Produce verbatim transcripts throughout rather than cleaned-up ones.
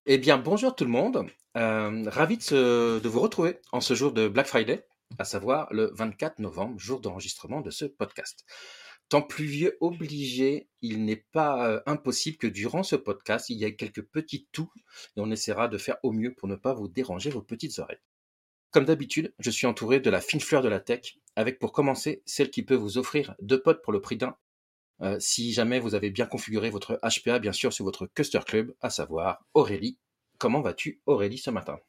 Eh bien, bonjour tout le monde. Euh, ravi de, se- de vous retrouver en ce jour de Black Friday, à savoir le vingt-quatre novembre, jour d'enregistrement de ce podcast. Temps pluvieux obligé, il n'est pas euh, impossible que durant ce podcast, il y ait quelques petits toux et on essaiera de faire au mieux pour ne pas vous déranger vos petites oreilles. Comme d'habitude, je suis entouré de la fine fleur de la tech, avec pour commencer celle qui peut vous offrir deux potes pour le prix d'un. Euh, si jamais vous avez bien configuré votre H P A, bien sûr, sur votre Custer Club, à savoir Aurélie. Comment vas-tu, Aurélie, ce matin?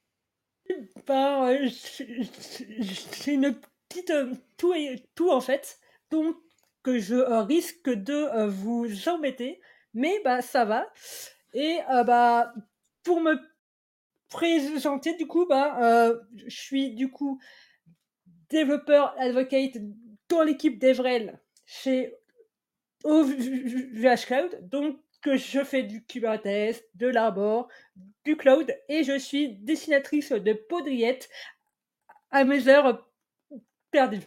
Ben, euh, j- j- j'ai une petite euh, toux, et- toux en fait, donc que je euh, risque de euh, vous embêter, mais bah ça va. Et euh, bah pour me présenter du coup, bah euh, je suis du coup développeur advocate dans l'équipe d'Evrel chez O V H Cloud, donc que je fais du Kubernetes, de l'Arbor, du cloud, et je suis dessinatrice de Podriette à mes heures perdues.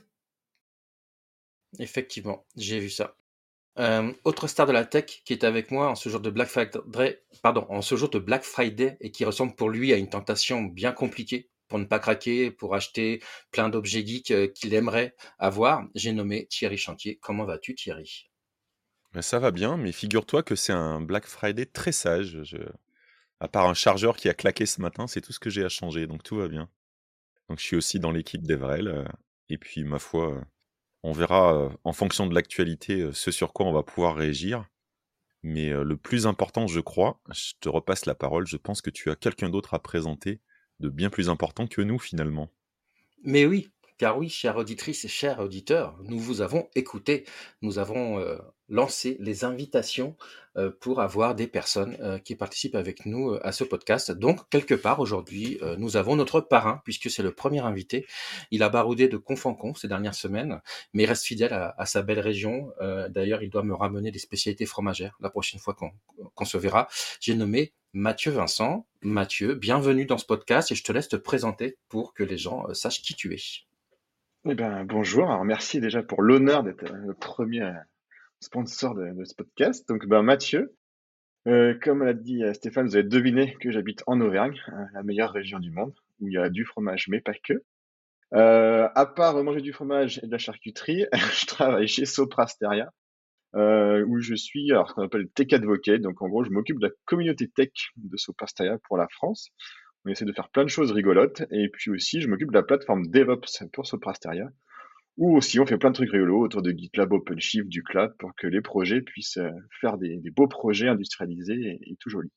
Effectivement, j'ai vu ça. Euh, autre star de la tech qui est avec moi en ce jour de Black Friday, pardon, en ce jour de Black Friday et qui ressemble pour lui à une tentation bien compliquée pour ne pas craquer, pour acheter plein d'objets geeks euh, qu'il aimerait avoir. J'ai nommé Thierry Chantier. Comment vas-tu, Thierry? Ben, ça va bien, mais figure-toi que c'est un Black Friday très sage. Je- À part un chargeur qui a claqué ce matin, c'est tout ce que j'ai à changer, donc tout va bien. Donc je suis aussi dans l'équipe d'Evrel, euh, et puis ma foi, euh, on verra euh, en fonction de l'actualité euh, ce sur quoi on va pouvoir réagir. Mais euh, le plus important, je crois, je te repasse la parole, je pense que tu as quelqu'un d'autre à présenter de bien plus important que nous finalement. Mais oui, car oui, chère auditrice et chers auditeurs, nous vous avons écouté. Nous avons euh, lancé les invitations euh, pour avoir des personnes euh, qui participent avec nous euh, à ce podcast. Donc, quelque part, aujourd'hui, euh, nous avons notre parrain, puisque c'est le premier invité. Il a baroudé de conf en conf ces dernières semaines, mais il reste fidèle à, à sa belle région. Euh, D'ailleurs, il doit me ramener des spécialités fromagères la prochaine fois qu'on qu'on se verra. J'ai nommé Mathieu Vincent. Mathieu, bienvenue dans ce podcast et je te laisse te présenter pour que les gens euh, sachent qui tu es. Eh ben, bonjour. Alors, merci déjà pour l'honneur d'être euh, le premier euh, sponsor de, de ce podcast. Donc, ben, Mathieu, euh, comme l'a dit euh, Stéphane, vous avez deviné que j'habite en Auvergne, euh, la meilleure région du monde, où il y a du fromage, mais pas que. Euh, à part manger du fromage et de la charcuterie, je travaille chez Soprasteria, euh, où je suis, alors, ce qu'on appelle Tech Advocate. Donc, en gros, je m'occupe de la communauté tech de Soprasteria pour la France. On essaie de faire plein de choses rigolotes. Et puis aussi, je m'occupe de la plateforme DevOps pour Soprasteria, ou aussi, on fait plein de trucs rigolos autour de GitLab, OpenShift, du cloud, pour que les projets puissent euh, faire des, des beaux projets industrialisés et, et tout jolis.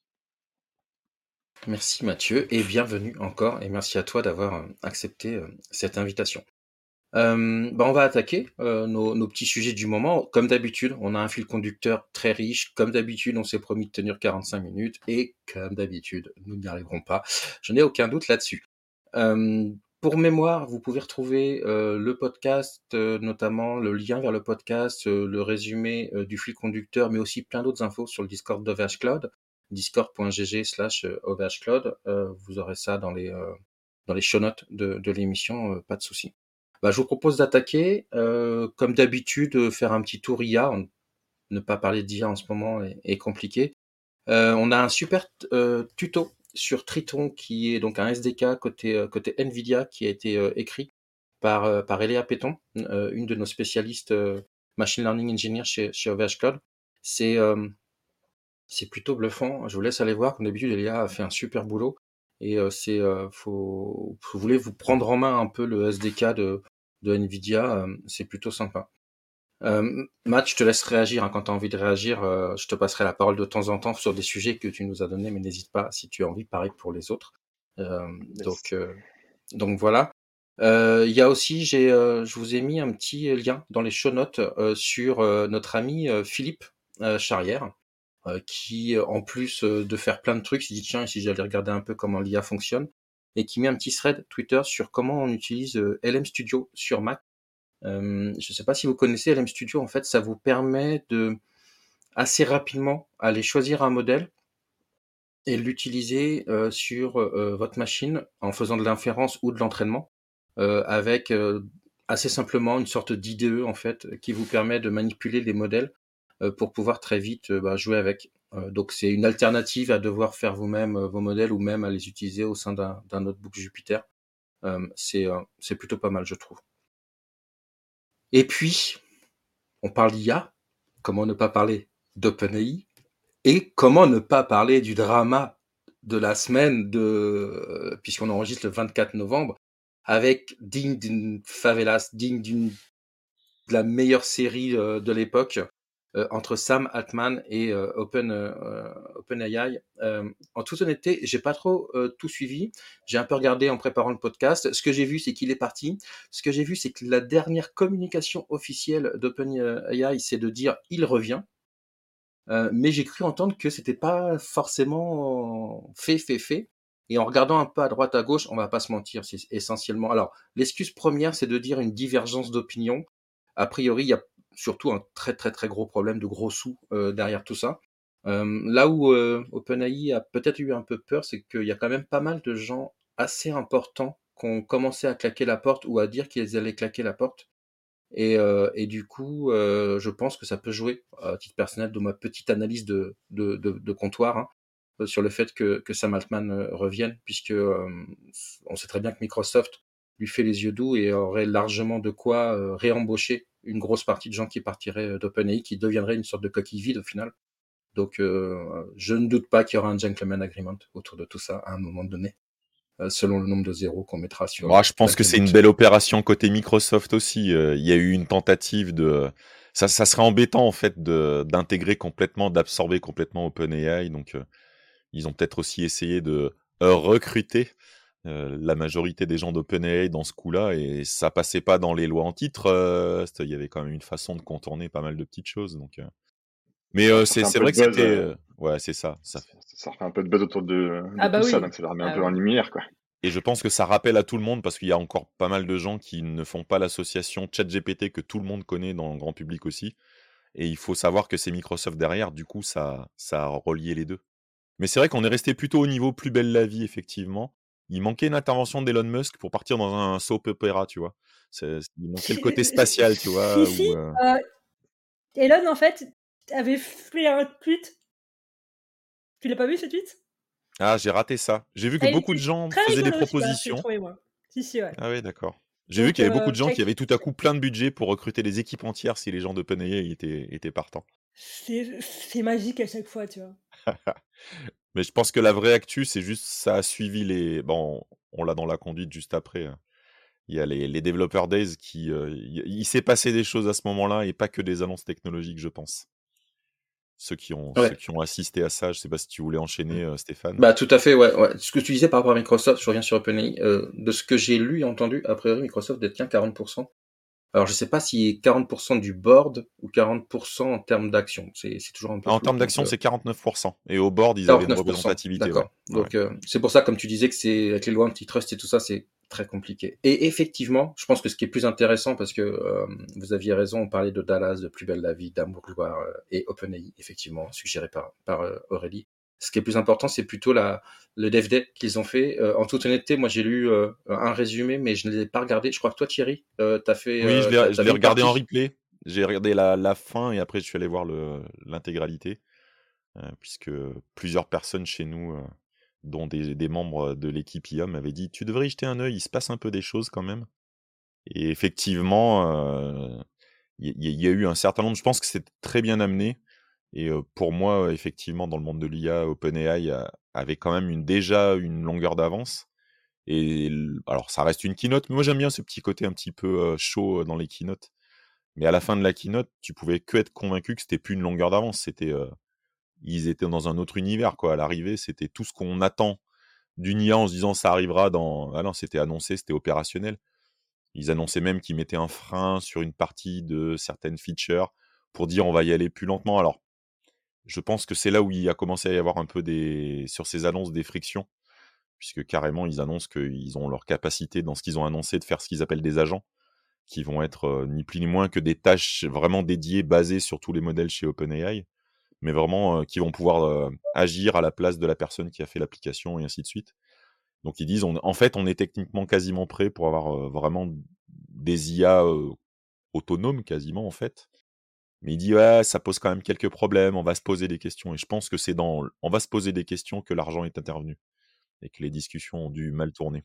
Merci Mathieu et bienvenue encore et merci à toi d'avoir euh, accepté euh, cette invitation. Euh, bah on va attaquer euh, nos, nos petits sujets du moment. Comme d'habitude, on a un fil conducteur très riche. Comme d'habitude, on s'est promis de tenir quarante-cinq minutes et comme d'habitude, nous n'y arriverons pas. Je n'ai aucun doute là-dessus. Euh, pour mémoire, vous pouvez retrouver euh, le podcast, euh, notamment le lien vers le podcast, euh, le résumé euh, du fil conducteur, mais aussi plein d'autres infos sur le Discord d'O V H Cloud, discord.gg slash ovhcloud. Euh, vous aurez ça dans les euh, dans les show notes de, de l'émission, euh, pas de souci. Bah, je vous propose d'attaquer, euh, comme d'habitude, euh, faire un petit tour I A. On- ne pas parler d'I A en ce moment est, est compliqué. Euh, on a un super euh, tuto sur Triton qui est donc un S D K côté euh, côté Nvidia qui a été euh, écrit par euh, par Eléa Péton, euh, une de nos spécialistes euh, machine learning engineer chez chez O V H Cloud. C'est euh, c'est plutôt bluffant. Je vous laisse aller voir. Comme d'habitude, Eléa a fait un super boulot et euh, c'est euh, faut vous voulez vous prendre en main un peu le S D K de de Nvidia, euh, c'est plutôt sympa. Euh, Matt, je te laisse réagir hein, quand tu as envie de réagir. Euh, je te passerai la parole de temps en temps sur des sujets que tu nous as donnés, mais n'hésite pas si tu as envie, pareil pour les autres. Euh, donc, Yes. euh, donc voilà. Euh, Il y a aussi, j'ai, euh, je vous ai mis un petit lien dans les show notes euh, sur euh, notre ami euh, Philippe euh, Charrière, euh, qui, euh, en plus euh, de faire plein de trucs, s'est dit tiens, et si j'allais regarder un peu comment l'I A fonctionne, et qui met un petit thread Twitter sur comment on utilise euh, L M Studio sur Mac. Euh, je ne sais pas si vous connaissez L M Studio, en fait, ça vous permet de assez rapidement aller choisir un modèle et l'utiliser euh, sur euh, votre machine en faisant de l'inférence ou de l'entraînement euh, avec euh, assez simplement une sorte d'I D E en fait qui vous permet de manipuler les modèles euh, pour pouvoir très vite euh, bah, jouer avec. Euh, donc c'est une alternative à devoir faire vous-même euh, vos modèles ou même à les utiliser au sein d'un, d'un notebook Jupyter. Euh, c'est, euh, c'est plutôt pas mal, je trouve. Et puis, on parle d'I A, comment ne pas parler d'OpenAI et comment ne pas parler du drama de la semaine, de, euh, puisqu'on enregistre le vingt-quatre novembre, avec digne d'une favelas, digne d'une de la meilleure série euh, de l'époque, euh, entre Sam Altman et euh, Open, euh, OpenAI. Euh, en toute honnêteté, j'ai pas trop euh, tout suivi. J'ai un peu regardé en préparant le podcast. Ce que j'ai vu, c'est qu'il est parti. Ce que j'ai vu, c'est que la dernière communication officielle d'OpenAI, c'est de dire il revient. Euh, mais j'ai cru entendre que c'était pas forcément fait, fait, fait. Et en regardant un peu à droite, à gauche, on va pas se mentir, c'est essentiellement. Alors, l'excuse première, c'est de dire une divergence d'opinion. A priori, il y a surtout un très, très, très gros problème de gros sous euh, derrière tout ça. Euh, là où euh, OpenAI a peut-être eu un peu peur, c'est qu'il y a quand même pas mal de gens assez importants qui ont commencé à claquer la porte ou à dire qu'ils allaient claquer la porte. Et, euh, et du coup, euh, je pense que ça peut jouer, à titre personnel, de ma petite analyse de, de, de, de comptoir, hein, euh, sur le fait que, que Sam Altman euh, revienne, puisque euh, on sait très bien que Microsoft lui fait les yeux doux et aurait largement de quoi euh, réembaucher une grosse partie de gens qui partiraient euh, d'OpenAI, qui deviendraient une sorte de coquille vide au final. Donc, euh, je ne doute pas qu'il y aura un gentleman agreement autour de tout ça à un moment donné, euh, selon le nombre de zéros qu'on mettra sur Moi, euh, je pense que c'est une l'agreement. belle opération côté Microsoft aussi. Euh, Il y a eu une tentative de... Ça, ça serait embêtant, en fait, de, d'intégrer complètement, d'absorber complètement OpenAI. Donc, euh, ils ont peut-être aussi essayé de euh, recruter euh, la majorité des gens d'OpenAI dans ce coup-là. Et ça passait pas dans les lois en titre. Euh, il y avait quand même une façon de contourner pas mal de petites choses. Donc, euh. Mais Ouais, euh, ça fait c'est, un c'est peu vrai de que buzz. c'était... euh, euh, Ouais, c'est ça. Ça ça, ça refait un peu de buzz autour de, de Ah bah tout ça, oui. donc ça le remet un Ah peu en ouais. lumière, quoi. Et je pense que ça rappelle à tout le monde, parce qu'il y a encore pas mal de gens qui ne font pas l'association ChatGPT que tout le monde connaît dans le grand public aussi. Et il faut savoir que c'est Microsoft derrière, du coup, ça, ça a relié les deux. Mais c'est vrai qu'on est resté plutôt au niveau plus belle la vie, effectivement. Il manquait une intervention d'Elon Musk pour partir dans un soap opera, tu vois. C'est- il manquait le Si, côté si, spatial, tu vois. si, Où, euh, euh, Elon, en fait, avait fait un tweet. Tu l'as pas vu ce tweet? Ah, j'ai raté ça. J'ai vu que Ah, il beaucoup de était gens très faisaient des rigolo celui-là, j'ai propositions. trouvé moi. Si, si, ouais. Ah oui, d'accord. J'ai vu Donc, qu'il y avait beaucoup euh, de gens qui check. avaient tout à coup plein de budget pour recruter des équipes entières si les gens d'OpenAI étaient, étaient partants. C'est c'est magique à chaque fois, tu vois. Mais je pense que la vraie actu, c'est juste ça a suivi les. Bon, on l'a dans la conduite juste après. hein. Il y a les, les Developer Days qui. euh, il il s'est passé des choses à ce moment-là et pas que des annonces technologiques, je pense. Ceux qui ont, ceux Ouais. qui ont assisté à ça, je sais pas si tu voulais enchaîner, euh, Stéphane. Bah tout à fait, ouais, ouais. Ce que tu disais par rapport à Microsoft, je reviens sur OpenAI, euh, de ce que j'ai lu et entendu, a priori Microsoft détient quarante pour cent. Alors je sais pas si est quarante pour cent du board ou quarante pour cent en termes d'action. C'est c'est toujours un peu En flou. termes Donc d'action, euh, c'est quarante-neuf pour cent. Et au board, ils avaient une quarante-neuf pour cent, représentativité, ouais. d'accord. Ouais. Donc euh, c'est pour ça, comme tu disais, que c'est avec les lois antitrust et tout ça, c'est très compliqué. Et effectivement, je pense que ce qui est plus intéressant, parce que euh, vous aviez raison, on parlait de Dallas, de Plus belle la vie, d'Amour gloire euh, et OpenAI, effectivement, suggéré par, par euh, Aurélie. Ce qui est plus important, c'est plutôt la, le dev day qu'ils ont fait. Euh, en toute honnêteté, moi j'ai lu euh, un résumé, mais je ne l'ai pas regardé. Je crois que toi, Thierry, euh, t'as fait, Oui, je euh, t'as, l'ai, je l'ai t'avais une regardé en partie. replay. J'ai regardé la, la fin et après je suis allé voir le, l'intégralité. euh, puisque plusieurs personnes chez nous, euh, dont des, des membres de l'équipe I A, m'avaient dit tu devrais y jeter un œil, il se passe un peu des choses quand même. Et effectivement, il y, y a eu un certain nombre, je pense que c'est très bien amené. Et euh, pour moi, effectivement, dans le monde de l'I A, OpenAI a- avait quand même une, déjà une longueur d'avance. Et l- alors, ça reste une keynote, mais moi j'aime bien ce petit côté un petit peu euh, chaud euh, dans les keynotes. Mais à la fin de la keynote, tu pouvais que être convaincu que c'était plus une longueur d'avance, c'était euh, ils étaient dans un autre univers, quoi. À l'arrivée, c'était tout ce qu'on attend d'une I A en se disant ça arrivera dans. Ah non, c'était annoncé, c'était opérationnel. Ils annonçaient même qu'ils mettaient un frein sur une partie de certaines features pour dire on va y aller plus lentement. Alors, je pense que c'est là où il a commencé à y avoir un peu des sur ces annonces des frictions, puisque carrément ils annoncent qu'ils ont leur capacité dans ce qu'ils ont annoncé de faire ce qu'ils appellent des agents, qui vont être euh, ni plus ni moins que des tâches vraiment dédiées, basées sur tous les modèles chez OpenAI, mais vraiment euh, qui vont pouvoir euh, agir à la place de la personne qui a fait l'application et ainsi de suite. Donc ils disent, on, en fait, on est techniquement quasiment prêt pour avoir euh, vraiment des I A euh, autonomes quasiment en fait. Mais il dit ouais, ça pose quand même quelques problèmes, on va se poser des questions. Et je pense que c'est dans on va se poser des questions que l'argent est intervenu et que les discussions ont dû mal tourner.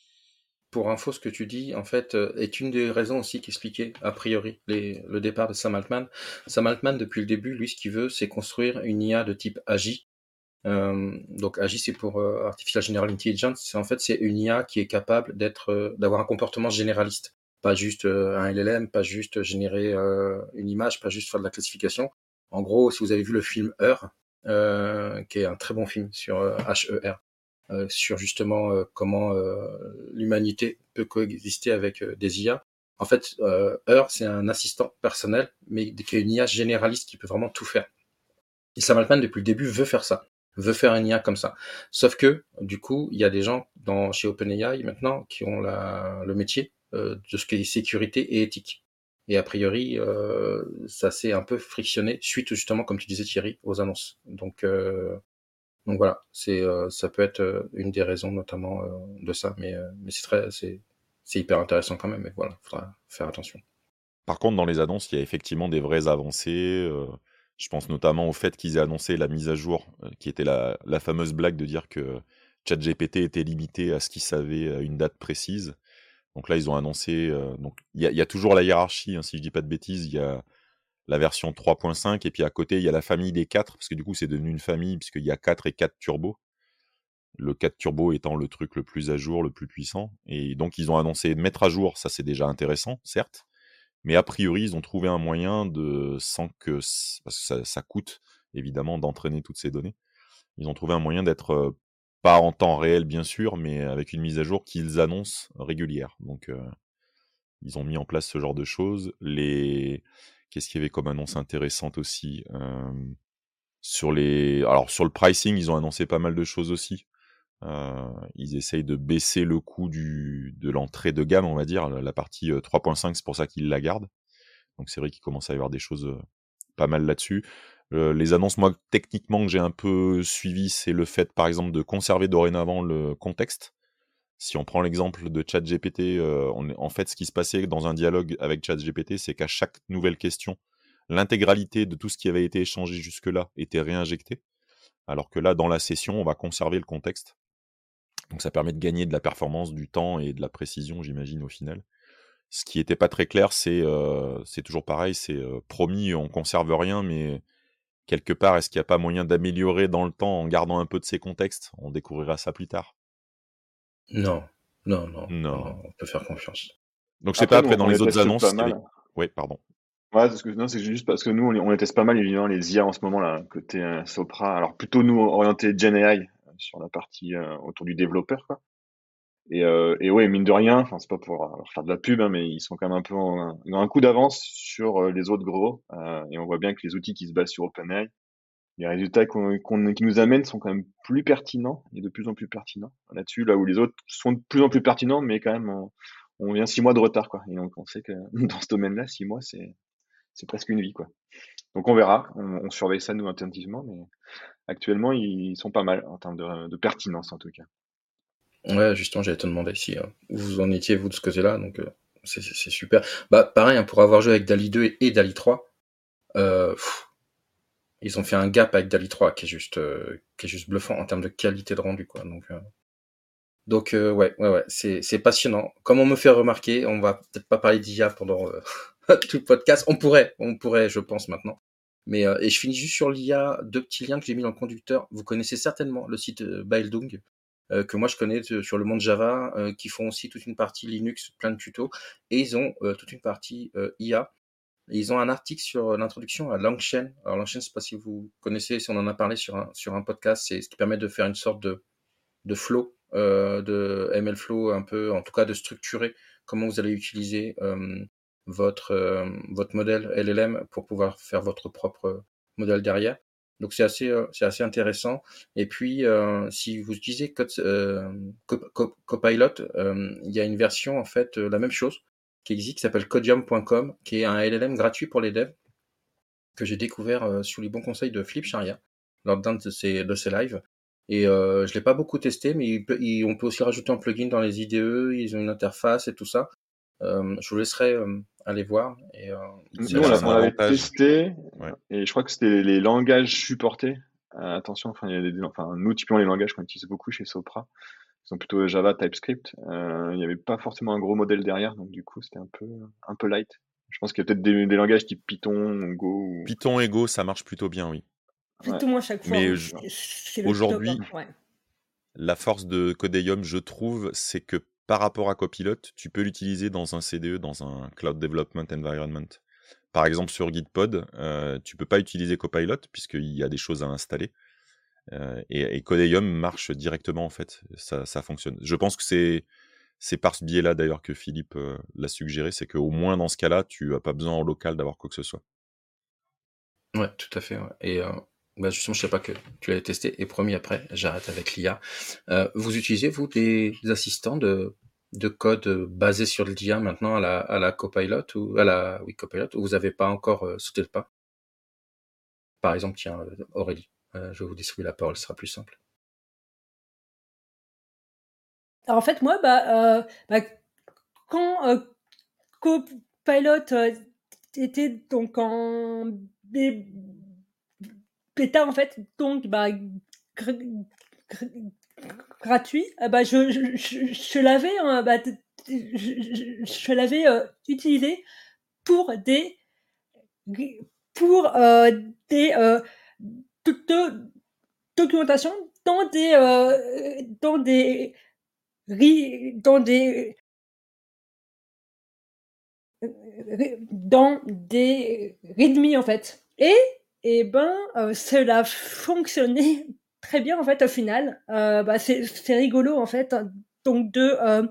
Pour info, ce que tu dis, en fait, euh, est une des raisons aussi qui expliquait, a priori, les, le départ de Sam Altman. Sam Altman, depuis le début, lui, ce qu'il veut, c'est construire une I A de type A G I. Euh, donc A G I, c'est pour euh, Artificial General Intelligence. C'est, en fait, c'est une I A qui est capable d'être, euh, d'avoir un comportement généraliste. Pas juste euh, un L L M, pas juste générer euh, une image, pas juste faire de la classification. En gros, si vous avez vu le film Her, euh, qui est un très bon film sur euh, H E R, euh, sur justement euh, comment euh, l'humanité peut coexister avec euh, des I A. En fait, euh, Her, c'est un assistant personnel, mais qui est une I A généraliste qui peut vraiment tout faire. Et Sam Altman, depuis le début, veut faire ça, veut faire une I A comme ça. Sauf que, du coup, il y a des gens dans, chez OpenAI maintenant qui ont la, le métier euh, de ce qui est sécurité et éthique. Et a priori, euh, ça s'est un peu frictionné suite justement, comme tu disais Thierry, aux annonces. Donc, euh, donc voilà, c'est euh, ça peut être euh, une des raisons notamment euh, de ça, mais euh, mais c'est très c'est c'est hyper intéressant quand même. Mais voilà, faudra faire attention. Par contre, dans les annonces, il y a effectivement des vraies avancées. euh, je pense notamment au fait qu'ils aient annoncé la mise à jour, euh, qui était la, la fameuse blague de dire que ChatGPT était limité à ce qu'il savait à une date précise. Donc là, ils ont annoncé. euh, donc il y, a- il y a toujours la hiérarchie, hein, si je dis pas de bêtises. Il y a la version trois point cinq et puis à côté, il y a la famille des quatre, parce que du coup, c'est devenu une famille, puisqu'il y a quatre et quatre turbo. Le quatre turbo étant le truc le plus à jour, le plus puissant. Et donc, ils ont annoncé mettre à jour, ça c'est déjà intéressant, certes. Mais a priori, ils ont trouvé un moyen de, sans que, c- parce que ça, ça coûte évidemment d'entraîner toutes ces données, ils ont trouvé un moyen d'être euh, pas en temps réel bien sûr, mais avec une mise à jour qu'ils annoncent régulière. Donc euh, ils ont mis en place ce genre de choses. Les, qu'est-ce qu'il y avait comme annonce intéressante aussi Euh, sur les, alors sur le pricing, ils ont annoncé pas mal de choses aussi. Euh, ils essayent de baisser le coût du, de l'entrée de gamme, on va dire, la la partie euh, trois point cinq, c'est pour ça qu'ils la gardent. Donc c'est vrai qu'il commence à y avoir des choses euh, pas mal là-dessus. Euh, les annonces, moi, techniquement, que j'ai un peu suivi, c'est le fait, par exemple, de conserver dorénavant le contexte. Si on prend l'exemple de ChatGPT, euh, on est- en fait, ce qui se passait dans un dialogue avec ChatGPT, c'est qu'à chaque nouvelle question, l'intégralité de tout ce qui avait été échangé jusque-là était réinjecté. Alors que là, dans la session, on va conserver le contexte. Donc ça permet de gagner de la performance, du temps et de la précision, j'imagine, au final. Ce qui était pas très clair, c'est euh, c'est toujours pareil, c'est euh, promis, on conserve rien, mais quelque part, est-ce qu'il n'y a pas moyen d'améliorer dans le temps en gardant un peu de ces contextes? On découvrira ça plus tard. Non, non, non, non, Non. non, on peut faire confiance. Donc je sais pas, Après, nous, après, dans on les les autres teste annonces, pas il y avait... mal. Oui, pardon. Ouais, c'est ce que, non, c'est juste parce que nous, on les, on les teste pas mal, évidemment, les I A en ce moment, là, côté euh, Sopra. Alors, plutôt nous, orienté Gen A I, euh, sur la partie euh, autour du développeur, quoi. Et, euh, et ouais, mine de rien, enfin, c'est pas pour euh, leur faire de la pub, hein, mais ils sont quand même un peu en, ils ont un coup d'avance sur euh, les autres gros. Euh, et on voit bien que les outils qui se basent sur OpenAI, les résultats qu'on, qu'on, qu'ils nous amènent sont quand même plus pertinents et de plus en plus pertinents là-dessus, là où les autres sont de plus en plus pertinents, mais quand même, on, on vient six mois de retard, quoi. Et donc, on sait que dans ce domaine-là, six mois, c'est, c'est presque une vie, quoi. Donc, on verra. On, on surveille ça, nous, attentivement, mais actuellement, ils sont pas mal en termes de, de pertinence, en tout cas. Ouais, justement, j'allais te demander si euh, vous en étiez vous de ce côté-là, donc euh, c'est c'est- c'est super. Bah pareil, hein, pour avoir joué avec DALL-E deux et, et DALL-E trois, euh, pff, ils ont fait un gap avec DALL-E trois qui est juste euh, qui est juste bluffant en termes de qualité de rendu, quoi. Donc euh, donc euh, ouais, ouais, ouais, c'est c'est passionnant. Comme on me fait remarquer, on va peut-être pas parler d'I A pendant euh, tout le podcast. On pourrait, on pourrait, je pense maintenant. Mais euh, et je finis juste sur l'I A, deux petits liens que j'ai mis dans le conducteur. Vous connaissez certainement le site euh, Bildung, euh, que moi je connais de- sur le monde Java, euh, qui font aussi toute une partie Linux, plein de tutos, et ils ont euh, toute une partie euh, I A. Et ils ont un article sur l'introduction à LangChain. Alors LangChain, je sais pas si vous connaissez, si on en a parlé sur un sur un podcast, c'est ce qui permet de faire une sorte de de flow, euh, de M L flow un peu, en tout cas de structurer comment vous allez utiliser euh, votre euh, votre modèle L L M pour pouvoir faire votre propre modèle derrière. Donc c'est assez euh, c'est assez intéressant. Et puis euh, si vous utilisez Code, euh, Cop- Cop- Copilot, euh, il y a une version en fait euh, la même chose qui existe qui s'appelle codium point com, qui est un L L M gratuit pour les devs que j'ai découvert euh, sous les bons conseils de Flip Charia lors d'un de ses, de ses lives. Et euh, je l'ai pas beaucoup testé, mais il peut, il- on peut aussi rajouter un plugin dans les I D E, ils ont une interface et tout ça. Euh, je vous laisserai euh, aller voir. Et, euh, Ça Nous, et on a je l'a- un on l'avait avantage. testé Ouais. et je crois que c'était les langages supportés. Euh, attention, enfin, il y a des, enfin, nous, typiquement, les langages qu'on utilise beaucoup chez Sopra, ils sont plutôt Java, TypeScript. Euh, il n'y avait pas forcément un gros modèle derrière, donc du coup, c'était un peu, un peu light. Je pense qu'il y a peut-être des, des langages type Python ou Go. Ou... Python et Go, ça marche plutôt bien, oui. Ouais. Plutôt moins chaque fois, Mais hein, je- c'est c'est le top. aujourd'hui, hein, Ouais. la force de Codeium, je trouve, c'est que par rapport à Copilot, tu peux l'utiliser dans un C D E, dans un Cloud Development Environment. Par exemple, sur Gitpod, euh, tu peux pas utiliser Copilot puisqu'il y a des choses à installer. Euh, et, et Codeium marche directement, en fait. Ça, ça fonctionne. Je pense que c'est c'est par ce biais-là, d'ailleurs, que Philippe euh, l'a suggéré. C'est qu'au moins, dans ce cas-là, tu n'as pas besoin en local d'avoir quoi que ce soit. Ouais, tout à fait. Ouais. Et euh, bah justement, je sais pas que tu l'avais testé. Et promis, après, j'arrête avec l'I A. Euh, vous utilisez, vous, des, des assistants de, de code euh, basés sur l'I A maintenant à la, à la Copilot ou à la oui, Copilot, ou vous n'avez pas encore euh, sauté le pas? Par exemple, tiens, euh, Aurélie, euh, je vais vous distribuer la parole, ce sera plus simple. Alors en fait, moi, bah, euh, bah quand euh, Copilot euh, était donc en bé- bêta, en fait, donc bah, gr- gr- gratuit, euh, bah, je, je, je, je l'avais hein, bah, t- t- je, je- je l'avais euh, utilisé pour des pour euh, des euh, do- do- documentations dans des euh, dans des ri- dans des dans des readme en fait. Et et ben euh, cela fonctionnait très bien en fait au final. Euh, bah, c'est c'est rigolo en fait. Donc de euh,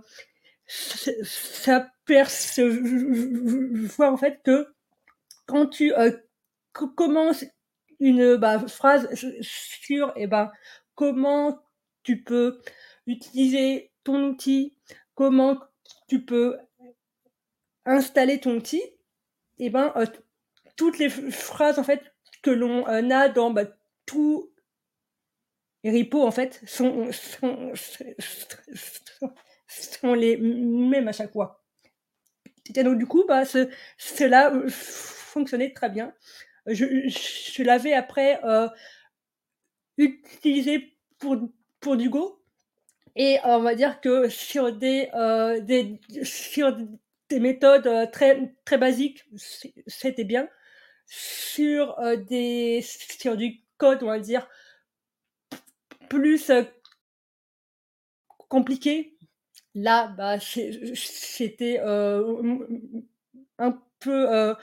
s'apercevoir en fait que quand tu euh, commences une bah, phrase sur et ben comment tu peux utiliser ton outil, comment tu peux installer ton outil, et ben euh, toutes les phrases en fait que l'on euh, a dans bah, tous les repos en fait sont, sont, sont, sont les mêmes à chaque fois. Et donc du coup, bah, ce, cela fonctionnait très bien. Je, je l'avais après euh, utilisé pour, pour du Go. Et euh, on va dire que sur des, euh, des, sur des méthodes euh, très, très basiques, c'était bien. Sur, euh, des, sur du code, on va dire, plus euh, compliqué, là, bah, c'était euh, un peu euh,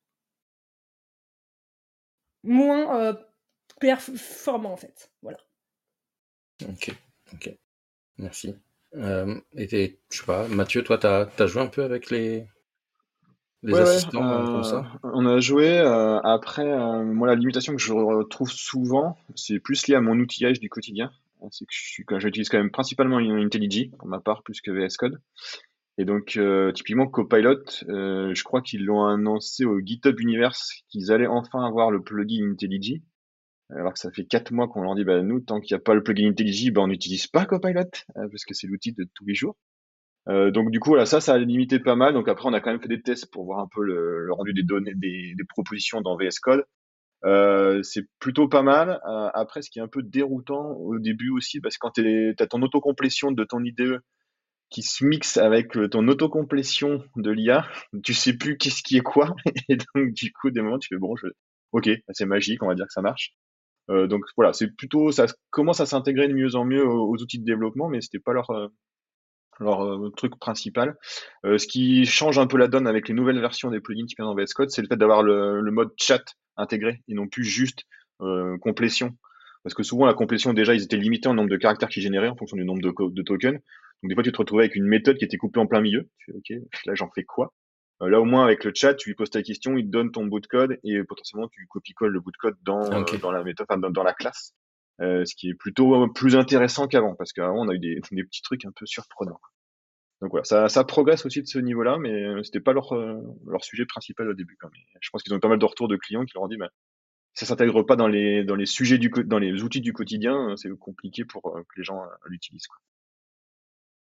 moins euh, performant, en fait. Voilà. Ok, ok, merci. Euh, et t'es- je sais pas, Mathieu, toi, t'as as joué un peu avec les, les Ouais, ouais, assistants euh, comme euh, ça? on a joué. Euh, après, euh, moi, la limitation que je retrouve souvent, c'est plus lié à mon outillage du quotidien. C'est que je suis, quand j'utilise quand même principalement IntelliJ pour ma part, plus que V S Code. Et donc, euh, typiquement, Copilot, euh, je crois qu'ils l'ont annoncé au GitHub Universe qu'ils allaient enfin avoir le plugin IntelliJ. Alors que ça fait quatre mois qu'on leur dit, bah, nous, tant qu'il n'y a pas le plugin IntelliJ, bah, on n'utilise pas Copilot, euh, parce que c'est l'outil de tous les jours. Euh, donc du coup, voilà, ça, ça a limité pas mal. Donc après, on a quand même fait des tests pour voir un peu le, le rendu des données, des, des propositions dans V S Code. Euh, c'est plutôt pas mal. Euh, après, ce qui est un peu déroutant au début aussi, parce que quand tu as ton autocomplétion de ton I D E qui se mixe avec euh, ton autocomplétion de l'I A, tu sais plus qu'est-ce qui est quoi. Et donc du coup, des moments, tu fais bon, je... ok, c'est magique, on va dire que ça marche. Euh, donc voilà, c'est plutôt, ça commence à s'intégrer de mieux en mieux aux, aux outils de développement, mais c'était pas leur euh, leur euh, truc principal. Euh, ce qui change un peu la donne avec les nouvelles versions des plugins typiquement dans V S Code, c'est le fait d'avoir le, le mode chat intégré et non plus juste euh, complétion. Parce que souvent, la complétion, déjà, ils étaient limités en nombre de caractères qu'ils généraient en fonction du nombre de, de tokens. Donc, des fois, tu te retrouvais avec une méthode qui était coupée en plein milieu. Tu fais, OK, là, j'en fais quoi? Euh, là, au moins, avec le chat, tu lui poses ta question, il te donne ton bout de code et potentiellement, tu copies-colles le bout de code dans, Ok. euh, dans la méthode, enfin, dans, dans la classe. Euh, ce qui est plutôt plus intéressant qu'avant, parce qu'avant, on a eu des, des petits trucs un peu surprenants. Donc voilà, ça, ça progresse aussi de ce niveau-là, mais euh, c'était pas leur, euh, leur sujet principal au début. Quoi. Mais je pense qu'ils ont eu pas mal de retours de clients qui leur ont dit, bah, si ça s'intègre pas dans les, dans les sujets du, dans les outils du quotidien, c'est compliqué pour euh, que les gens euh, l'utilisent. Quoi.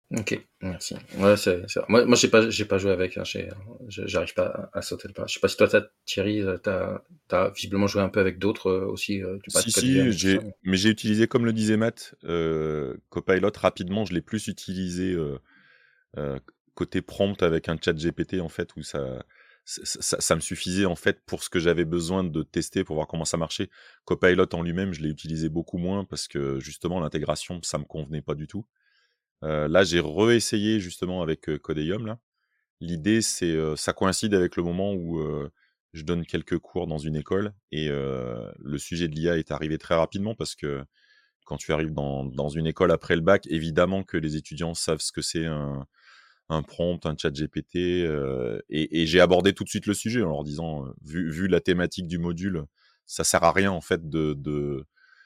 OK, merci. Ouais, c'est c'est moi moi j'ai pas j'ai pas joué avec, hein, j'ai je j'arrive pas à à sauter le pas. Je sais pas si toi tu Thierry, heu, tu as visiblement joué un peu avec d'autres, heu, aussi, heu, du bas de Si, Codeium si, et tout ça, j'ai mais mais j'ai utilisé comme le disait Matt, heu, Copilot rapidement, je l'ai plus utilisé, heu heu, côté prompt avec un chat G P T en fait où ça ça ça ça me suffisait en fait pour ce que j'avais besoin de tester pour voir comment ça marchait. Copilot en lui-même, je l'ai utilisé beaucoup moins parce que justement l'intégration, ça me convenait pas du tout. Heu, là, j'ai réessayé justement avec, heu, Codeium là. L'idée, c'est, heu, ça coïncide avec le moment où, heu, je donne quelques cours dans une école et heu, le sujet de l'I A est arrivé très rapidement parce que quand tu arrives dans dans une école après le bac, évidemment que les étudiants savent ce que c'est un un prompt, un chat G P T, heu et et j'ai abordé tout de suite le sujet en leur disant, heu, vu vu la thématique du module, ça sert à rien en fait de de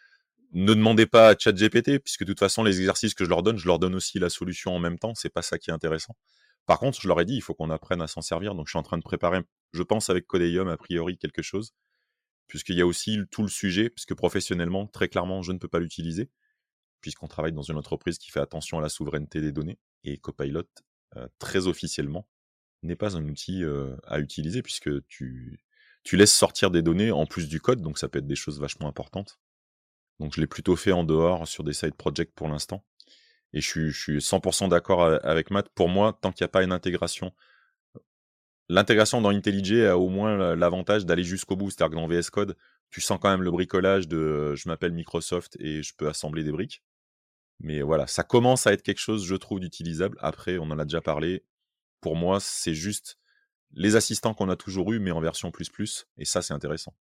ne demandez pas à ChatGPT puisque de toute façon les exercices que je leur donne, je leur donne aussi la solution en même temps, c'est pas ça qui est intéressant. Par contre, je leur ai dit: «Il faut qu'on apprenne à s'en servir», donc je suis en train de préparer, je pense avec Codeium a priori quelque chose, puisqu'il y a aussi tout le sujet, puisque professionnellement, très clairement, je ne peux pas l'utiliser, puisqu'on travaille dans une entreprise qui fait attention à la souveraineté des données et Copilot, heu, très officiellement, n'est pas un outil, heu, à utiliser puisque tu tu laisses sortir des données en plus du code, donc ça peut être des choses vachement importantes. Donc je l'ai plutôt fait en dehors sur des side projects pour l'instant et je suis je suis cent pour cent d'accord a avec Matt. Pour moi, tant qu'il y a pas une intégration l'intégration dans IntelliJ a au moins la l'avantage d'aller jusqu'au bout. C'est-à-dire que dans V S Code, tu sens quand même le bricolage de, heu, je m'appelle Microsoft et je peux assembler des briques. Mais voilà, ça commence à être quelque chose, je trouve, d'utilisable. Après, on en a déjà parlé. Pour moi, c'est juste les assistants qu'on a toujours eus, mais en version plus plus et ça, c'est intéressant.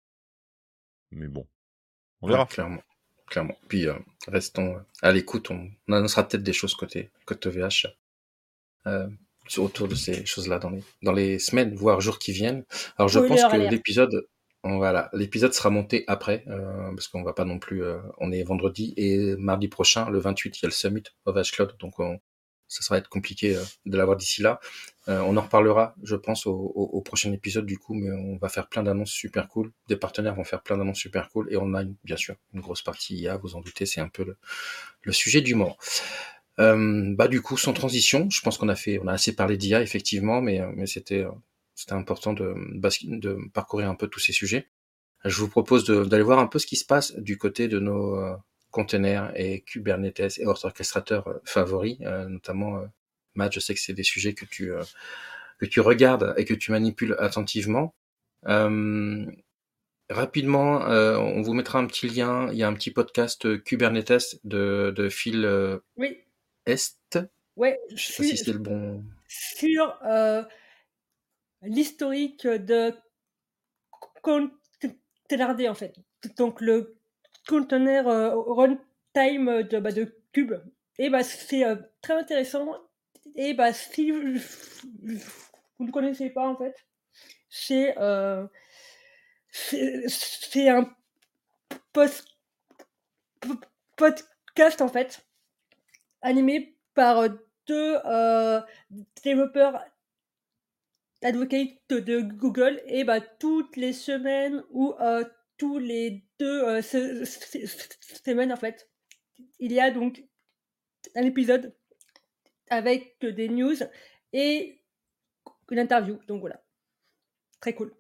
Mais bon, on ouais, verra. clairement, clairement. Puis, heu, restons, heu, à l'écoute, on on annoncera peut-être des choses côté côté O V H, heu, sur autour de ces choses-là dans les dans les semaines, voire jours qui viennent. Alors je Spoiler pense que alert. l'épisode voilà, l'épisode sera monté après, heu, parce qu'on va pas non plus, heu, on est vendredi et mardi prochain, le vingt-huit, il y a le summit O V H Cloud, donc on ça sera être compliqué, heu, de l'avoir d'ici là. Heu, on en reparlera, je pense, au au au prochain épisode du coup, mais on va faire plein d'annonces super cool. Des partenaires vont faire plein d'annonces super cool et on a une bien sûr, une grosse partie I A, vous en doutez, c'est un peu le le sujet du moment. Euh, bah du coup, sans transition, je pense qu'on a fait, on a assez parlé d'I A effectivement, mais euh, mais c'était euh, c'était important de de parcourir un peu tous ces sujets. Je vous propose d'aller voir un peu ce qui se passe du côté de nos euh, containers et Kubernetes et orchestrateurs euh, favoris, euh, notamment euh, Matt. Je sais que c'est des sujets que tu euh, que tu regardes et que tu manipules attentivement. Euh, Rapidement, euh, on vous mettra un petit lien. Il y a un petit podcast Kubernetes de de Phil euh, Oui, Est. ouais, Je sais pas si su- c'est le bon. sur euh, l'historique de Containerd en fait. Donc le conteneur euh, runtime de, bah, de Cube. Et bah c'est euh, très intéressant. Et bah si vous, vous ne connaissez pas en fait, c'est euh, c'est c'est un post, podcast en fait animé par euh, deux euh, développeurs advocate de Google et bah toutes les semaines ou euh, tous les deux euh, se- se- se- semaines en fait il y a donc un épisode avec des news et une interview, donc voilà, très cool.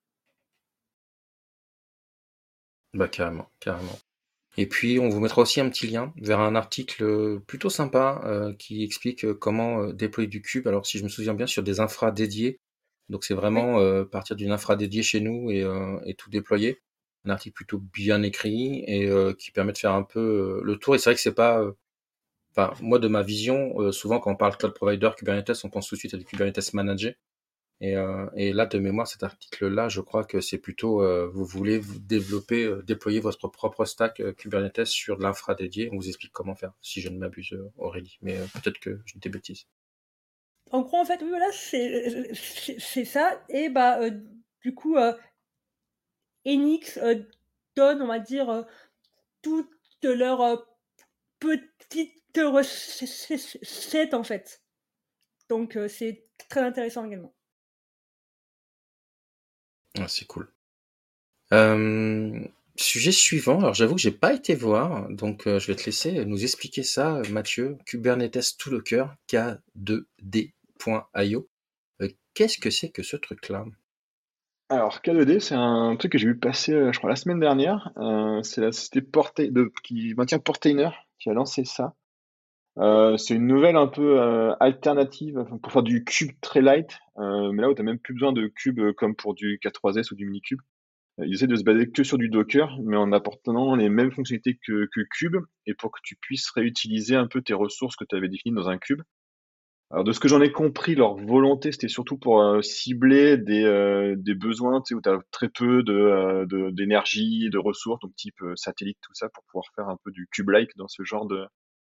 Bah carrément, carrément. Et puis on vous mettra aussi un petit lien vers un article euh, plutôt sympa euh, qui explique euh, comment euh, déployer du cube. Alors si je me souviens bien, sur des infras dédiés. Donc c'est Oui, vraiment euh, partir d'une infra dédiée chez nous et, euh, et tout déployer. Un article plutôt bien écrit et euh, qui permet de faire un peu euh, le tour. Et c'est vrai que c'est pas, euh, enfin moi de ma vision, euh, souvent quand on parle cloud provider Kubernetes, on pense tout de suite à du Kubernetes managé. Et, euh, et là, de mémoire, cet article-là, je crois que c'est plutôt, euh, vous voulez vous développer, euh, déployer votre propre stack euh, Kubernetes sur de l'infra dédié. On vous explique comment faire, si je ne m'abuse, euh, Aurélie. Mais euh, peut-être que je dis des bêtises. en gros en fait oui voilà c'est c'est, c'est ça et bah euh, du coup euh, Enix euh, donne on va dire euh, toutes leurs euh, petites recettes en fait, donc euh, c'est très intéressant également. Ah, c'est cool. Euh, sujet suivant. Alors, j'avoue que j'ai pas été voir, donc euh, je vais te laisser nous expliquer ça, Mathieu. Kubernetes tout le cœur, K deux D point I O. Euh, qu'est-ce que c'est que ce truc-là? Alors, K deux D, c'est un truc que j'ai vu passer, euh, je crois, la semaine dernière. Euh, c'est la société Portai- de, qui maintient Portainer qui a lancé ça. Euh, c'est une nouvelle un peu euh, alternative enfin, pour faire du cube très light, euh, mais là où tu n'as même plus besoin de cube euh, comme pour du K trois S ou du Minikube. Euh, Ils essaient de se baser que sur du Docker, mais en apportant les mêmes fonctionnalités que, que Cube, et pour que tu puisses réutiliser un peu tes ressources que tu avais définies dans un cube. Alors de ce que j'en ai compris, leur volonté, c'était surtout pour euh, cibler des, euh, des besoins, tu sais, où tu as très peu de, euh, de- d'énergie, de ressources, donc type euh, satellite, tout ça, pour pouvoir faire un peu du cube-like dans ce genre de,